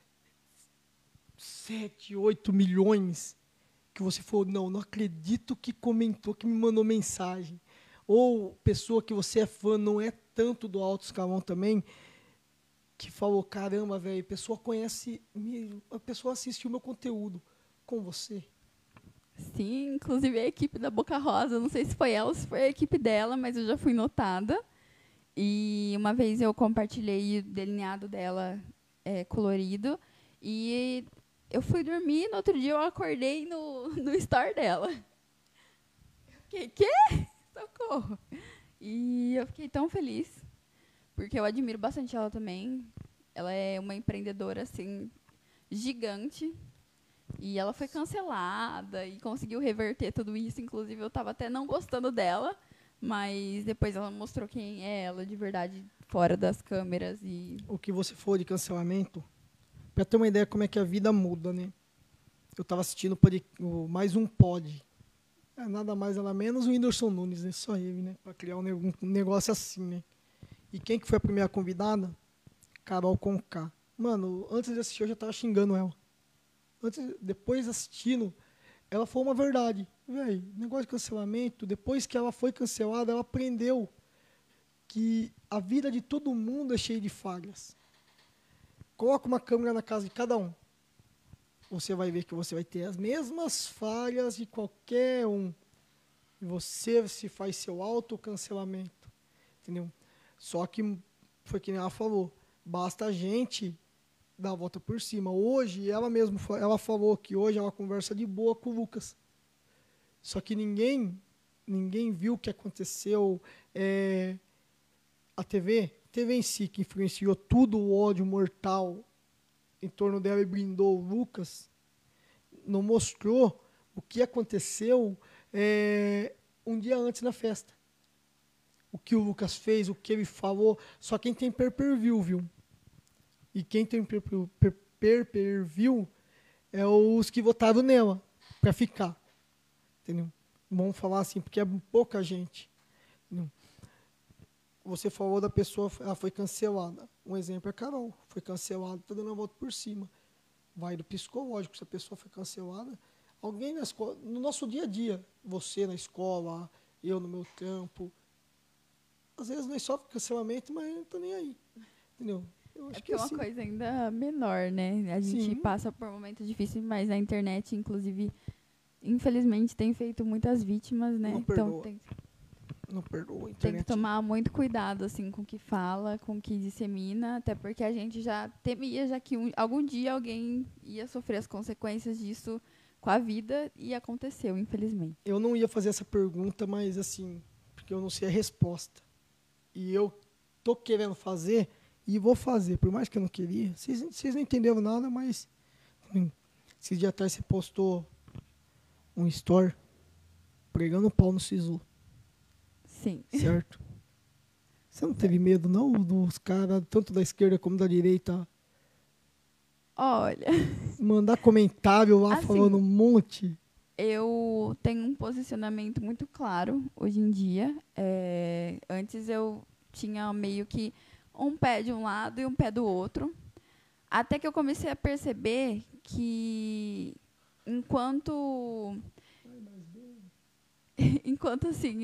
7, 8 milhões, que você falou, não acredito que comentou, que me mandou mensagem. Ou pessoa que você é fã, não é tanto do Alto Escalão também, que falou, caramba, velho, a pessoa conhece, a pessoa assistiu o meu conteúdo com você. Sim, inclusive a equipe da Boca Rosa, não sei se foi ela ou se foi a equipe dela, mas eu já fui notada. E uma vez eu compartilhei o delineado dela colorido e eu fui dormir, no outro dia eu acordei no store dela. Quê? Socorro! E eu fiquei tão feliz, porque eu admiro bastante ela também. Ela é uma empreendedora, assim, gigante. E ela foi cancelada e conseguiu reverter tudo isso. Inclusive, eu estava até não gostando dela, mas depois ela mostrou quem é ela de verdade fora das câmeras. E O que você for de cancelamento, para ter uma ideia como é que a vida muda, né? eu estava assistindo mais um pod. Nada mais, nada menos, o Whindersson Nunes, né? Só ele, né? Para criar um negócio assim, né? E quem que foi a primeira convidada? Carol Conká. Mano, antes de assistir eu já tava xingando ela. Depois assistindo, ela falou uma verdade. Véi, negócio de cancelamento, depois que ela foi cancelada, ela aprendeu que a vida de todo mundo é cheia de falhas. Coloca uma câmera na casa de cada um. Você vai ver que você vai ter as mesmas falhas de qualquer um. E você se faz seu autocancelamento. Entendeu? Só que foi que nem ela falou. Basta a gente dar a volta por cima. Hoje, ela falou que hoje ela conversa de boa com o Lucas. Só que ninguém viu o que aconteceu. A TV em si, que influenciou tudo o ódio mortal em torno dela e blindou o Lucas, não mostrou o que aconteceu um dia antes na festa. O que o Lucas fez, o que ele falou. Só quem tem pay-per-view, viu? E quem tem pay-per-view é os que votaram nela pra ficar. Entendeu? Vamos falar assim, porque é pouca gente. Entendeu? Você falou da pessoa, ela foi cancelada. Um exemplo é a Carol. Foi cancelada, tá dando a volta por cima. Vai do psicológico. Se a pessoa foi cancelada, alguém na escola, no nosso dia a dia, você na escola, eu no meu trampo, às vezes nós sofremos cancelamento, mas não tô nem aí. Entendeu? Eu acho que é uma coisa ainda menor, né? A gente passa por momentos difíceis, mas a internet, inclusive, infelizmente, tem feito muitas vítimas, né? Não perdoa. Não perdoa. A internet. Tem que tomar muito cuidado, assim, com o que fala, com o que dissemina, até porque a gente já temia já que algum dia alguém ia sofrer as consequências disso com a vida, e aconteceu, infelizmente. Eu não ia fazer essa pergunta, mas, assim, porque eu não sei a resposta. E eu tô querendo fazer e vou fazer, por mais que eu não queria. Vocês não entenderam nada, mas esses dias atrás você postou um story pregando o pau no Sisu. Sim. Certo? Você não teve medo, não, dos caras, tanto da esquerda como da direita? Olha... Mandar comentário lá, assim, falando um monte. Eu tenho um posicionamento muito claro hoje em dia. Antes eu tinha meio que um pé de um lado e um pé do outro. Até que eu comecei a perceber que enquanto assim,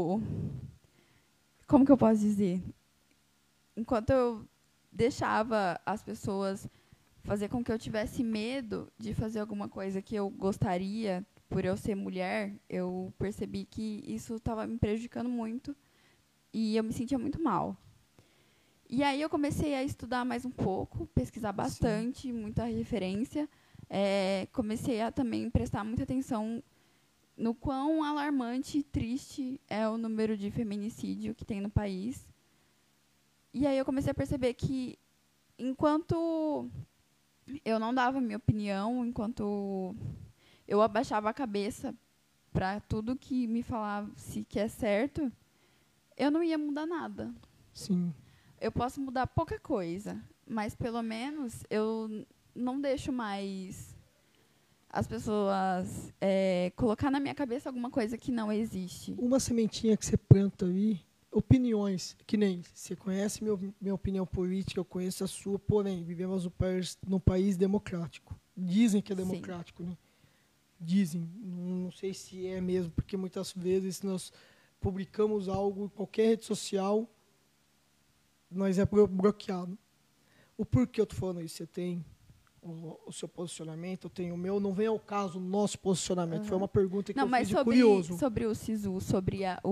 como que eu posso dizer? Enquanto eu deixava as pessoas fazer com que eu tivesse medo de fazer alguma coisa que eu gostaria, por eu ser mulher, eu percebi que isso estava me prejudicando muito e eu me sentia muito mal. E aí eu comecei a estudar mais um pouco, pesquisar bastante, sim, muita referência. Comecei a também prestar muita atenção no quão alarmante e triste é o número de feminicídio que tem no país. E aí eu comecei a perceber que, enquanto eu não dava minha opinião, enquanto eu abaixava a cabeça para tudo que me falasse que é certo, eu não ia mudar nada. Sim. Eu posso mudar pouca coisa, mas pelo menos eu não deixo mais as pessoas colocar na minha cabeça alguma coisa que não existe. Uma sementinha que você planta ali, opiniões, que nem você conhece minha opinião política, eu conheço a sua, porém, vivemos num país democrático. Dizem que é democrático, sim, né? Dizem, não sei se é mesmo, porque muitas vezes nós publicamos algo em qualquer rede social, nós é bloqueado. O porquê eu estou falando isso? Você tem o seu posicionamento, eu tenho o meu, não vem ao caso o nosso posicionamento. Uhum. Foi uma pergunta que eu fiz de curioso. Sobre o SISU, sobre a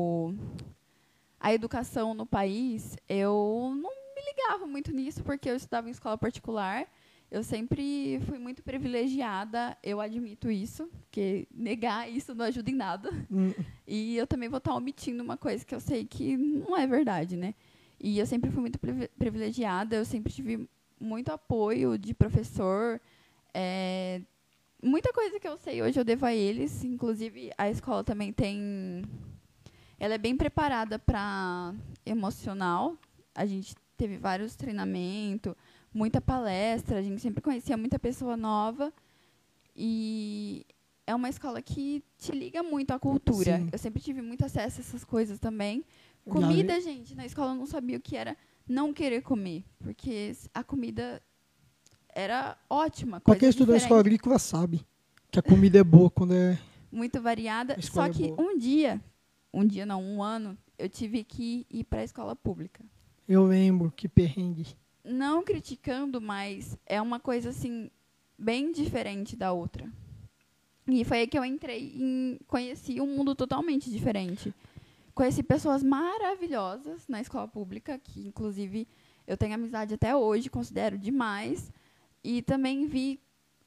educação no país, eu não me ligava muito nisso, porque eu estudava em escola particular. Eu sempre fui muito privilegiada, eu admito isso, porque negar isso não ajuda em nada. E eu também vou estar omitindo uma coisa que eu sei que não é verdade, né? E eu sempre fui muito privilegiada, eu sempre tive muito apoio de professor. Muita coisa que eu sei hoje eu devo a eles. Inclusive, a escola também tem... Ela é bem preparada para emocional. A gente teve vários treinamentos, muita palestra, a gente sempre conhecia muita pessoa nova. E é uma escola que te liga muito à cultura. Sim. Eu sempre tive muito acesso a essas coisas também. Já Comida, gente, na escola eu não sabia o que era não querer comer, porque a comida era ótima, Pra coisa quem estudou em escola diferente, agrícola sabe que a comida é boa quando é... muito variada. A escola Só é que boa. um ano, eu tive que ir para a escola pública. Eu lembro, que perrengue. Não criticando, mas é uma coisa assim bem diferente da outra. E foi aí que eu entrei e conheci um mundo totalmente diferente. Conheci pessoas maravilhosas na escola pública, que inclusive eu tenho amizade até hoje, considero demais. E também vi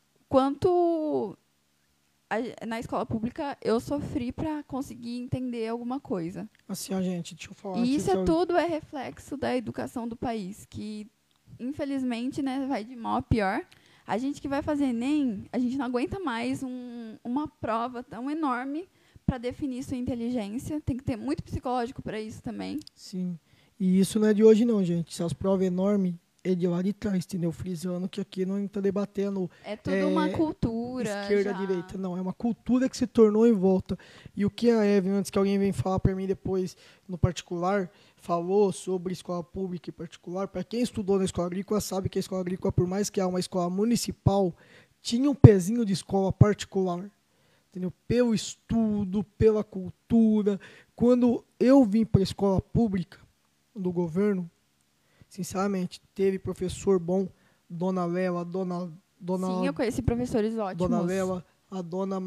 quanto na escola pública eu sofri para conseguir entender alguma coisa. Assim, ó, gente, deixa eu falar. E isso aqui, tudo é reflexo da educação do país, que infelizmente, né, vai de mal a pior. A gente que vai fazer Enem, a gente não aguenta mais uma prova tão enorme para definir sua inteligência. Tem que ter muito psicológico para isso também. Sim. E isso não é de hoje, não, gente. Essas provas enormes é de lá de trás, entendeu? Frisando que aqui não está debatendo É tudo uma cultura. esquerda, já. direita. Não, é uma cultura que se tornou em volta. E o que a Evelyn, antes que alguém venha falar para mim depois, no particular, falou sobre escola pública e particular, para quem estudou na escola agrícola, sabe que a escola agrícola, por mais que é uma escola municipal, tinha um pezinho de escola particular. Entendeu? Pelo estudo, pela cultura. Quando eu vim para a escola pública do governo, sinceramente, teve professor bom, Dona Lela, Sim, eu conheci professores ótimos. Dona Lela, a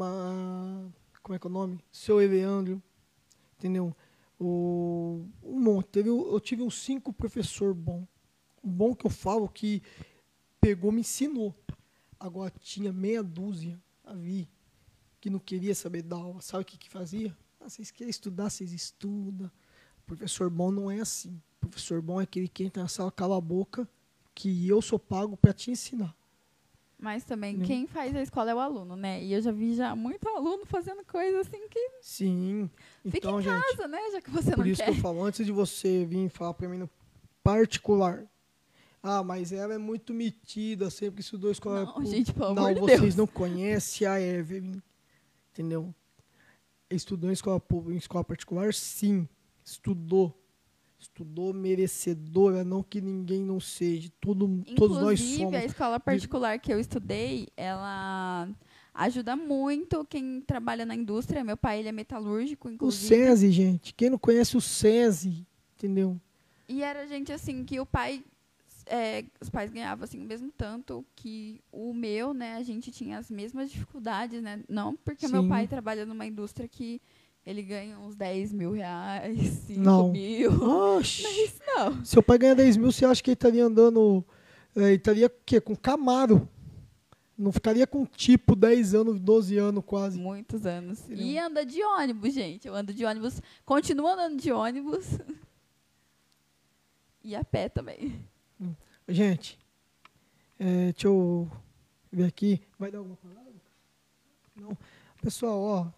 como é que é o nome? Seu Eleandro, entendeu? Um monte. Eu tive uns 5 professor bom. Um bom que eu falo que pegou, me ensinou. Agora tinha meia dúzia, que não queria saber da aula. Sabe o que fazia? Vocês querem estudar, vocês estudam. Professor bom não é assim. Professor bom é aquele que entra na sala, cala a boca, que eu sou pago para te ensinar. Mas também quem faz a escola é o aluno, né? E eu já vi muito aluno fazendo coisa assim que... Sim. Fica Então, em casa, gente, né? Já que você não por isso quer. que eu falo, antes de você vir falar para mim no particular, mas ela é muito metida, sempre estudou escola Não, pública. gente, pelo Não, amor de vocês Deus. não conhecem a Evelyn, entendeu? Estudou em escola pública, em escola particular, sim. Estudou merecedora, não que ninguém não seja. Todos nós Inclusive, somos. a escola particular que eu estudei, ela ajuda muito quem trabalha na indústria. Meu pai, ele é metalúrgico, O inclusive. SESI, gente. Quem não conhece o SESI, entendeu? E era gente assim que os pais ganhavam assim o mesmo tanto que o meu, né? A gente tinha as mesmas dificuldades, né? Não porque meu Sim. pai trabalha numa indústria que ele ganha uns 10 mil reais, 5 Não. mil. Oxi. Mas não. Seu pai ganha 10 mil, você acha que ele estaria andando... Ele estaria o quê? Com Camaro. Não ficaria com tipo 10 anos, 12 anos quase. Muitos anos. Entendeu? E anda de ônibus, gente. Eu ando de ônibus, continuo andando de ônibus. E a pé também. Gente, deixa eu ver aqui. Vai dar alguma palavra? Não. Pessoal, ó.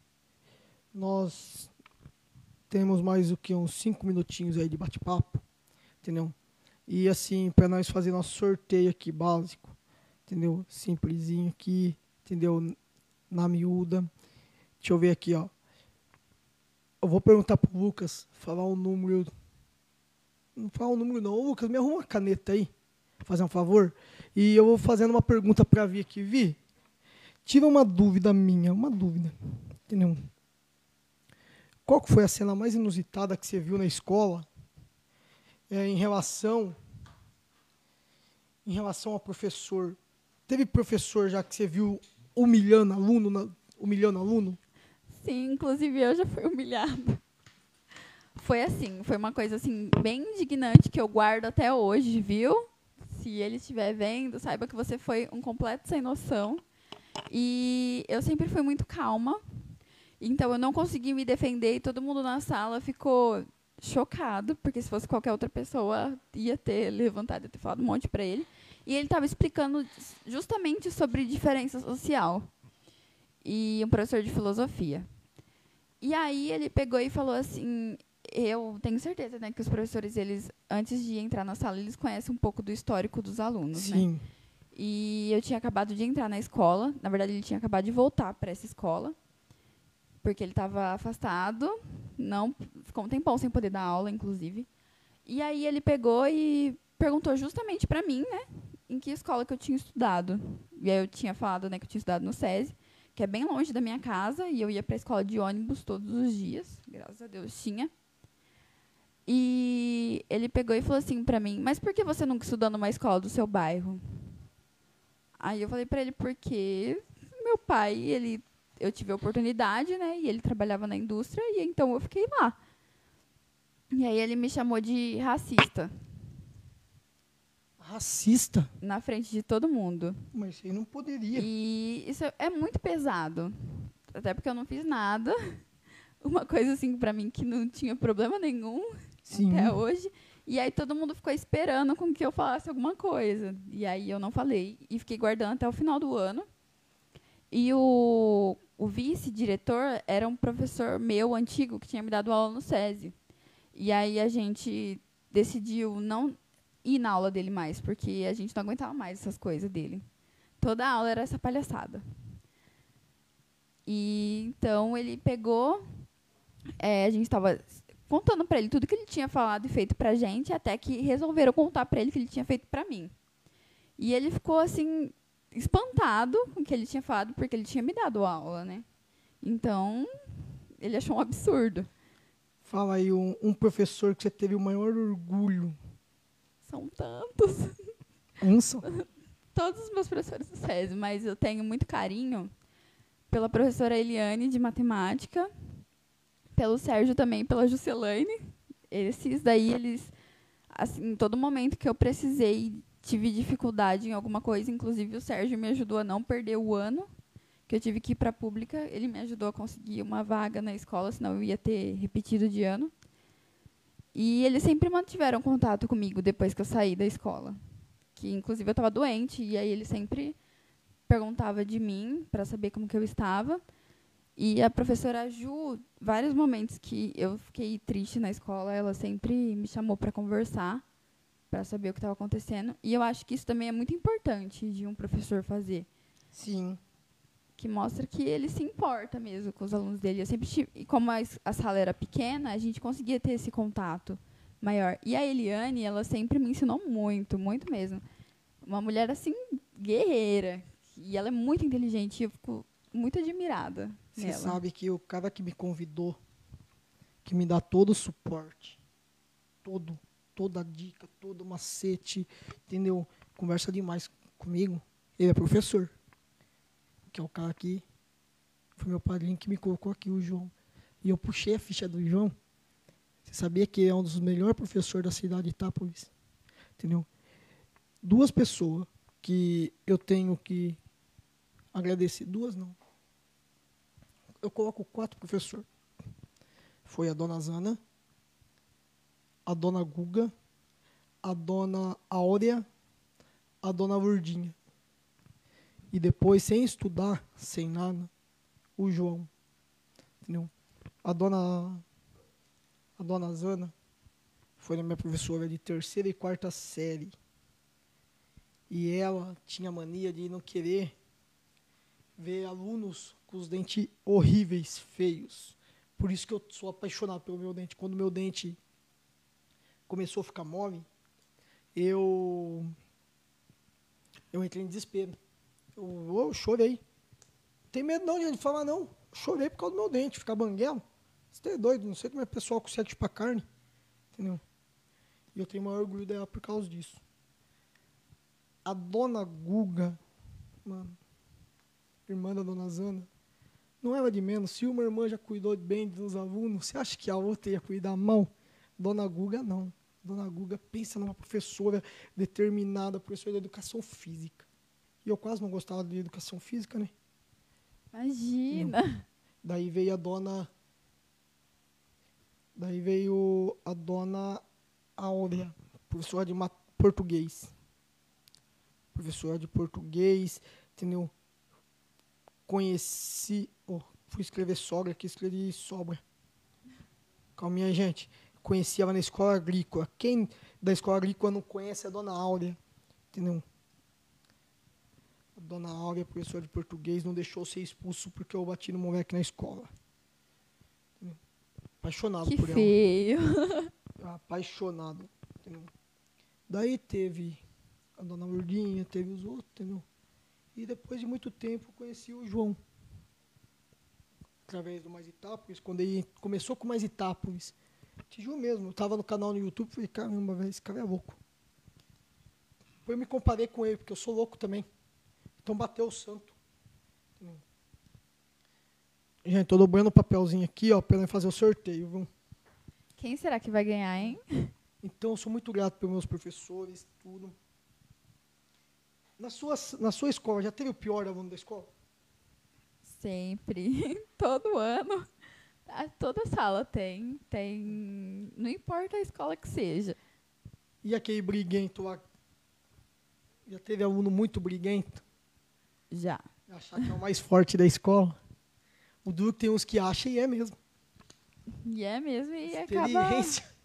Nós temos mais do que uns 5 minutinhos aí de bate-papo. Entendeu? E assim, para nós fazer nosso sorteio aqui básico. Entendeu? Simplesinho aqui. Entendeu? Na miúda. Deixa eu ver aqui, ó. Eu vou perguntar pro Lucas falar um número. Não fala um número não. Ô, Lucas, me arruma uma caneta aí. Fazer um favor. E eu vou fazendo uma pergunta pra Vi aqui. Vi, tira uma dúvida minha. Uma dúvida. Entendeu? Qual que foi a cena mais inusitada que você viu na escola em relação ao professor? Teve professor já que você viu humilhando aluno? Sim, inclusive eu já fui humilhada. Foi assim, foi uma coisa assim bem indignante que eu guardo até hoje, viu? Se ele estiver vendo, saiba que você foi um completo sem noção. E eu sempre fui muito calma. Então eu não consegui me defender e todo mundo na sala ficou chocado, porque se fosse qualquer outra pessoa ia ter levantado, ia ter falado um monte para ele. E ele estava explicando justamente sobre diferença social. E um professor de filosofia. E aí ele pegou e falou assim, eu tenho certeza, né, que os professores, eles, antes de entrar na sala, eles conhecem um pouco do histórico dos alunos, né? Sim. E eu tinha acabado de entrar na escola. Na verdade, ele tinha acabado de voltar para essa escola, porque ele estava afastado, não ficou um tempão sem poder dar aula, inclusive. E aí ele pegou e perguntou justamente para mim, né, em que escola que eu tinha estudado. E aí eu tinha falado, né, que eu tinha estudado no SESI, que é bem longe da minha casa, e eu ia para a escola de ônibus todos os dias, graças a Deus tinha. E ele pegou e falou assim para mim: "Mas por que você nunca estudou numa escola do seu bairro?" Aí eu falei para ele: "Porque meu pai, eu tive a oportunidade, né, e ele trabalhava na indústria, e então eu fiquei lá." E aí ele me chamou de racista Racista? na frente de todo mundo. Mas isso aí não poderia. E isso é muito pesado. Até porque eu não fiz nada. Uma coisa assim pra mim que não tinha problema nenhum. Sim. Até hoje. E aí todo mundo ficou esperando com que eu falasse alguma coisa. E aí eu não falei. E fiquei guardando até o final do ano. E o vice-diretor era um professor meu antigo que tinha me dado aula no SESI. E aí a gente decidiu não ir na aula dele mais, porque a gente não aguentava mais essas coisas dele. Toda aula era essa palhaçada. E então ele pegou, a gente estava contando para ele tudo que ele tinha falado e feito pra gente, até que resolveram contar para ele que ele tinha feito para mim. E ele ficou assim espantado com o que ele tinha falado, porque ele tinha me dado aula, né? Então, ele achou um absurdo. Fala aí um professor que você teve o maior orgulho. São tantos. Só. Todos os meus professores do SESI, mas eu tenho muito carinho pela professora Eliane, de matemática, pelo Sérgio também, pela Juscelane. Esses daí, eles, assim, em todo momento que eu precisei, tive dificuldade em alguma coisa, inclusive o Sérgio me ajudou a não perder o ano, que eu tive que ir para a pública. Ele me ajudou a conseguir uma vaga na escola, senão eu ia ter repetido de ano. E eles sempre mantiveram contato comigo depois que eu saí da escola. Que, inclusive, eu estava doente, e aí ele sempre perguntava de mim para saber como que eu estava. E a professora Ju, vários momentos que eu fiquei triste na escola, ela sempre me chamou para conversar, para saber o que estava acontecendo. E eu acho que isso também é muito importante de um professor fazer. Sim. Que mostra que ele se importa mesmo com os alunos dele. Eu sempre tive, e como a sala era pequena, a gente conseguia ter esse contato maior. E a Eliane, ela sempre me ensinou muito, muito mesmo. Uma mulher, assim, guerreira. E ela é muito inteligente. E eu fico muito admirada nela. Você sabe que o cara que me convidou, que me dá todo o suporte, toda a dica, todo o macete, entendeu? Conversa demais comigo. Ele é professor. Que é o cara que foi meu padrinho que me colocou aqui, o João. E eu puxei a ficha do João. Você sabia que ele é um dos melhores professores da cidade de Itápolis? Entendeu? Duas pessoas que eu tenho que agradecer. Duas não. Eu coloco 4 professores. Foi a dona Zana, a dona Guga, a dona Áurea, a dona Vurdinha. E depois, sem estudar, sem nada, o João. Entendeu? A dona Zana foi a minha professora de 3ª e 4ª série. E ela tinha mania de não querer ver alunos com os dentes horríveis, feios. Por isso que eu sou apaixonado pelo meu dente. Quando meu dente começou a ficar mole, eu entrei em desespero. Eu chorei. Não tem medo não de falar não. Eu chorei por causa do meu dente, ficar banguelo. Você é doido, não sei como é que o pessoal consegue chupar carne. Entendeu? E eu tenho o maior orgulho dela por causa disso. A dona Guga, mano, irmã da dona Zana, não era de menos. Se uma irmã já cuidou bem dos alunos, você acha que a outra ia cuidar mal? Dona Guga, não. Dona Guga pensa numa professora determinada, professora de educação física. E eu quase não gostava de educação física, né? Imagina! Daí veio a dona Áurea, professora de português. Professora de português, entendeu? Conheci... fui escrever sogra aqui, escrevi sobra. Calminha, gente. Conheci ela na escola agrícola. Quem da escola agrícola não conhece a dona Áurea? Entendeu? Dona Áurea, professora de português, não deixou eu ser expulso porque eu bati no moleque na escola. Entendeu? Apaixonado Que por ela. feio. Apaixonado. Entendeu? Daí teve a Dona Lourdinha, teve os outros, entendeu? E depois de muito tempo eu conheci o João. Através do Mais Itápolis, quando ele começou com Mais Itápolis. Te juro mesmo, eu tava no canal no YouTube e falei, caramba, velho, esse cara é louco. Depois eu me comparei com ele, porque eu sou louco também. Então bateu o santo. Entendeu? Gente, tô dobrando o papelzinho aqui, ó, pra fazer o sorteio, viu? Quem será que vai ganhar, hein? Então, eu sou muito grato pelos meus professores, tudo. Na sua escola, já teve o pior aluno da escola? Sempre. Todo ano. Toda sala tem. Não importa a escola que seja. E aquele briguento lá? Já teve aluno muito briguento? Já. Achar que é o mais forte da escola? O duro que tem uns que acham e é mesmo. E é mesmo, e Experiência. acaba...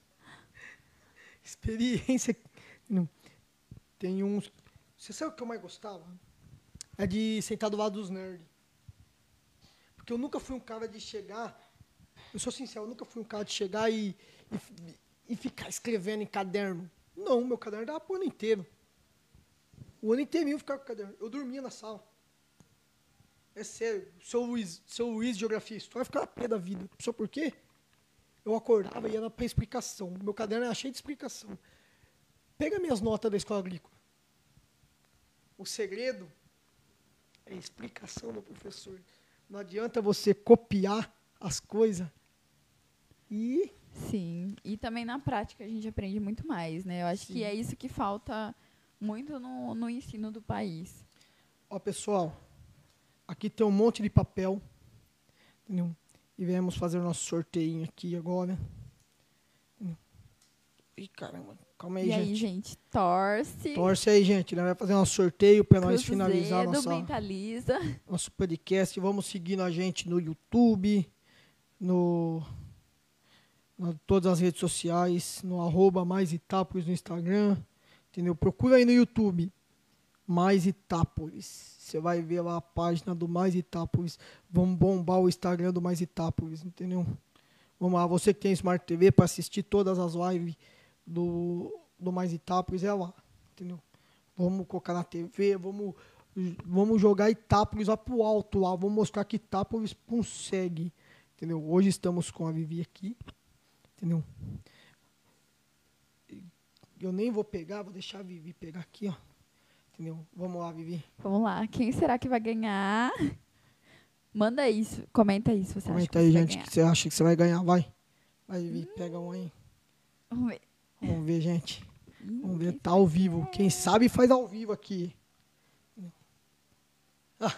Experiência. Não. Tem uns... Você sabe o que eu mais gostava? É de sentar do lado dos nerds. Porque eu nunca fui um cara de chegar... Eu sou sincero, eu nunca fui um cara de chegar e ficar escrevendo em caderno. Não, meu caderno dava pro ano inteiro. O ano inteirinho eu ficava com o caderno. Eu dormia na sala. É sério. Seu Luiz, de Geografia e História, ficava pé da vida. Só por quê? Eu acordava e ia pra explicação. Meu caderno era cheio de explicação. Pega minhas notas da escola agrícola. O segredo é a explicação do professor. Não adianta você copiar as coisas e... Sim, e também na prática a gente aprende muito mais, né? Eu acho Sim. que é isso que falta muito no ensino do país. Ó, pessoal, aqui tem um monte de papel, entendeu? E viemos fazer o nosso sorteio aqui agora. Ih, caramba, calma aí, E gente. aí, gente, torce. Torce aí, gente. Nós vamos fazer nosso sorteio para nós Cruza os finalizar dedos, mentaliza. nosso podcast. Vamos seguindo a gente no YouTube, todas as redes sociais, no @mais Itápolis no Instagram, entendeu? Procura aí no YouTube, Mais Itápolis. Você vai ver lá a página do Mais Itápolis. Vamos bombar o Instagram do Mais Itápolis, entendeu? Vamos lá, você que tem Smart TV para assistir todas as lives do Mais Itápolis, é lá, entendeu? Vamos colocar na TV, vamos jogar Itápolis lá pro alto lá, vamos mostrar que Itápolis consegue, entendeu? Hoje estamos com a Vivi aqui, entendeu? Eu nem vou pegar, vou deixar a Vivi pegar aqui, ó. Entendeu? Vamos lá, Vivi. Vamos lá, quem será que vai ganhar? Manda isso, comenta aí se você acha que Comenta aí, você vai gente, ganhar. que você acha que você vai ganhar, vai. Vai, Vivi, pega um aí. Vamos ver. Vamos ver, gente. Vamos ver, Quem tá ao vivo. Quem sabe faz ao vivo aqui. Ah.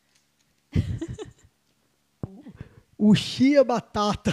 O Chia Batata.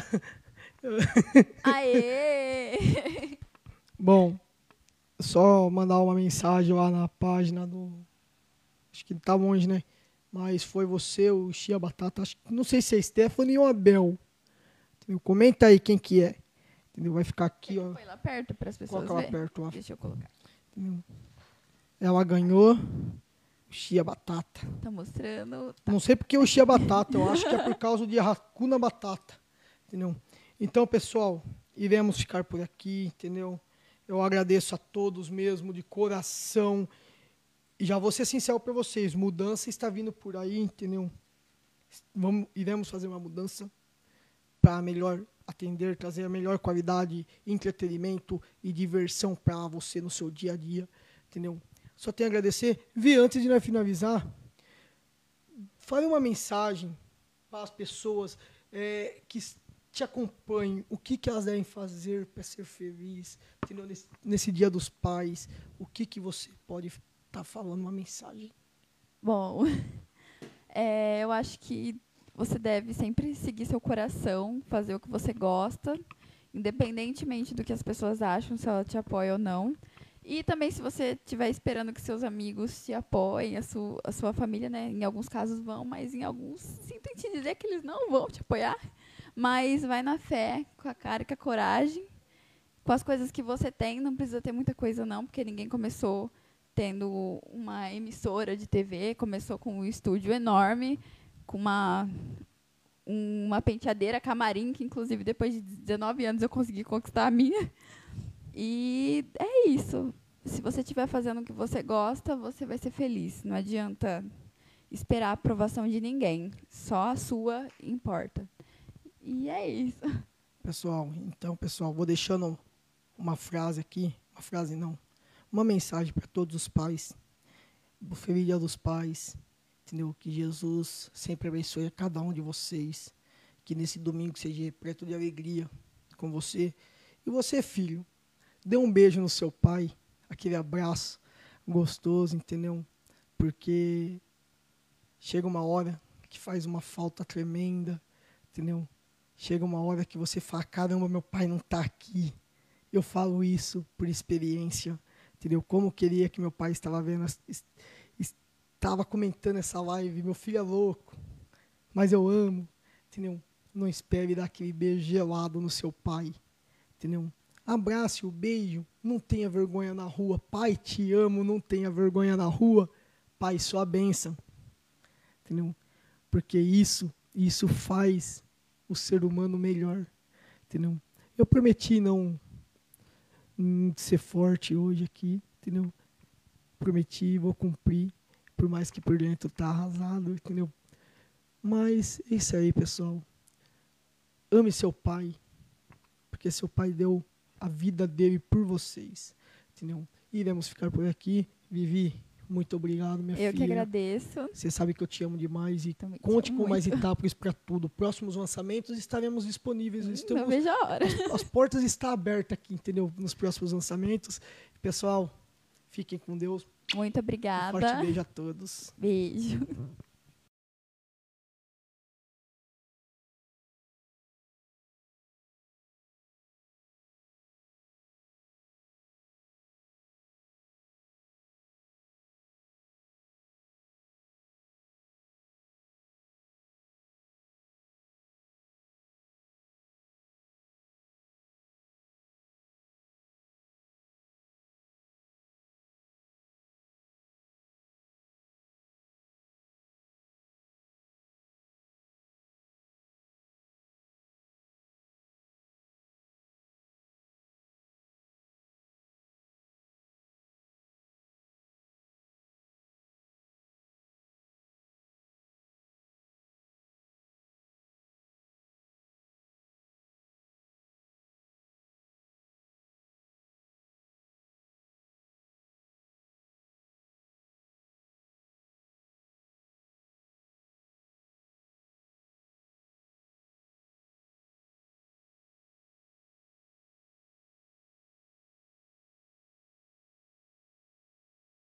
Aê! Bom, só mandar uma mensagem lá na página do... Acho que tá longe, né? Mas foi você, o Chia Batata. Não sei se é Stephanie ou Abel. Entendeu? Comenta aí quem que é. Entendeu? Vai ficar aqui, ó. Põe lá perto para as pessoas Coloca lá verem. perto, ó. Deixa eu colocar. Entendeu? Ela ganhou o Chia Batata. Tá mostrando. Tá. Não sei porque o Chia Batata. Eu acho que é por causa de Hakuna Batata. Entendeu? Então, pessoal, iremos ficar por aqui, entendeu? Eu agradeço a todos mesmo, de coração. E já vou ser sincero para vocês, mudança está vindo por aí, entendeu? Iremos fazer uma mudança para melhor atender, trazer a melhor qualidade, entretenimento e diversão para você no seu dia a dia, entendeu? Só tenho a agradecer. Vi, antes de nós finalizar, fale uma mensagem para as pessoas que te acompanhem, o que elas devem fazer para ser feliz, entendeu? Nesse Dia dos Pais, o que você pode estar falando, uma mensagem? Bom, eu acho que você deve sempre seguir seu coração, fazer o que você gosta, independentemente do que as pessoas acham, se ela te apoia ou não. E também, se você estiver esperando que seus amigos te apoiem, a sua família, né? Em alguns casos vão, mas em alguns, sinto em te dizer que eles não vão te apoiar. Mas vai na fé, com a cara e com a coragem, com as coisas que você tem. Não precisa ter muita coisa, não, porque ninguém começou tendo uma emissora de TV, começou com um estúdio enorme, com uma penteadeira camarim, que inclusive depois de 19 anos eu consegui conquistar a minha. E é isso. Se você estiver fazendo o que você gosta, você vai ser feliz. Não adianta esperar a aprovação de ninguém. Só a sua importa. E é isso. Pessoal, vou deixando uma frase aqui. Uma frase não. Uma mensagem para todos os pais. Feliz Dia dos Pais. Entendeu? Que Jesus sempre abençoe a cada um de vocês. Que nesse domingo seja repleto de alegria com você. E você, filho, dê um beijo no seu pai. Aquele abraço gostoso, entendeu? Porque chega uma hora que faz uma falta tremenda, entendeu? Chega uma hora que você fala, caramba, meu pai não está aqui. Eu falo isso por experiência, entendeu? Como eu queria que meu pai estava comentando essa live, meu filho é louco, mas eu amo, entendeu? Não espere dar aquele beijo gelado no seu pai, entendeu? Abrace-o, beijo, não tenha vergonha na rua. Pai, te amo, não tenha vergonha na rua. Pai, sua bênção. Entendeu? Porque isso faz o ser humano melhor. Entendeu? Eu prometi não ser forte hoje aqui, entendeu? Prometi, vou cumprir, por mais que por dentro tá arrasado, entendeu? Mas é isso aí, pessoal. Ame seu pai, porque seu pai deu a vida dele por vocês, entendeu? Iremos ficar por aqui. Vivi, muito obrigado, minha filha. Eu que agradeço. Você sabe que eu te amo demais e Também conte te com amo mais muito. etapas para tudo. Próximos lançamentos estaremos disponíveis. Não vejo a hora. As portas estão abertas aqui, entendeu? Nos próximos lançamentos. Pessoal, fiquem com Deus. Muito obrigada. Um forte beijo a todos. Beijo.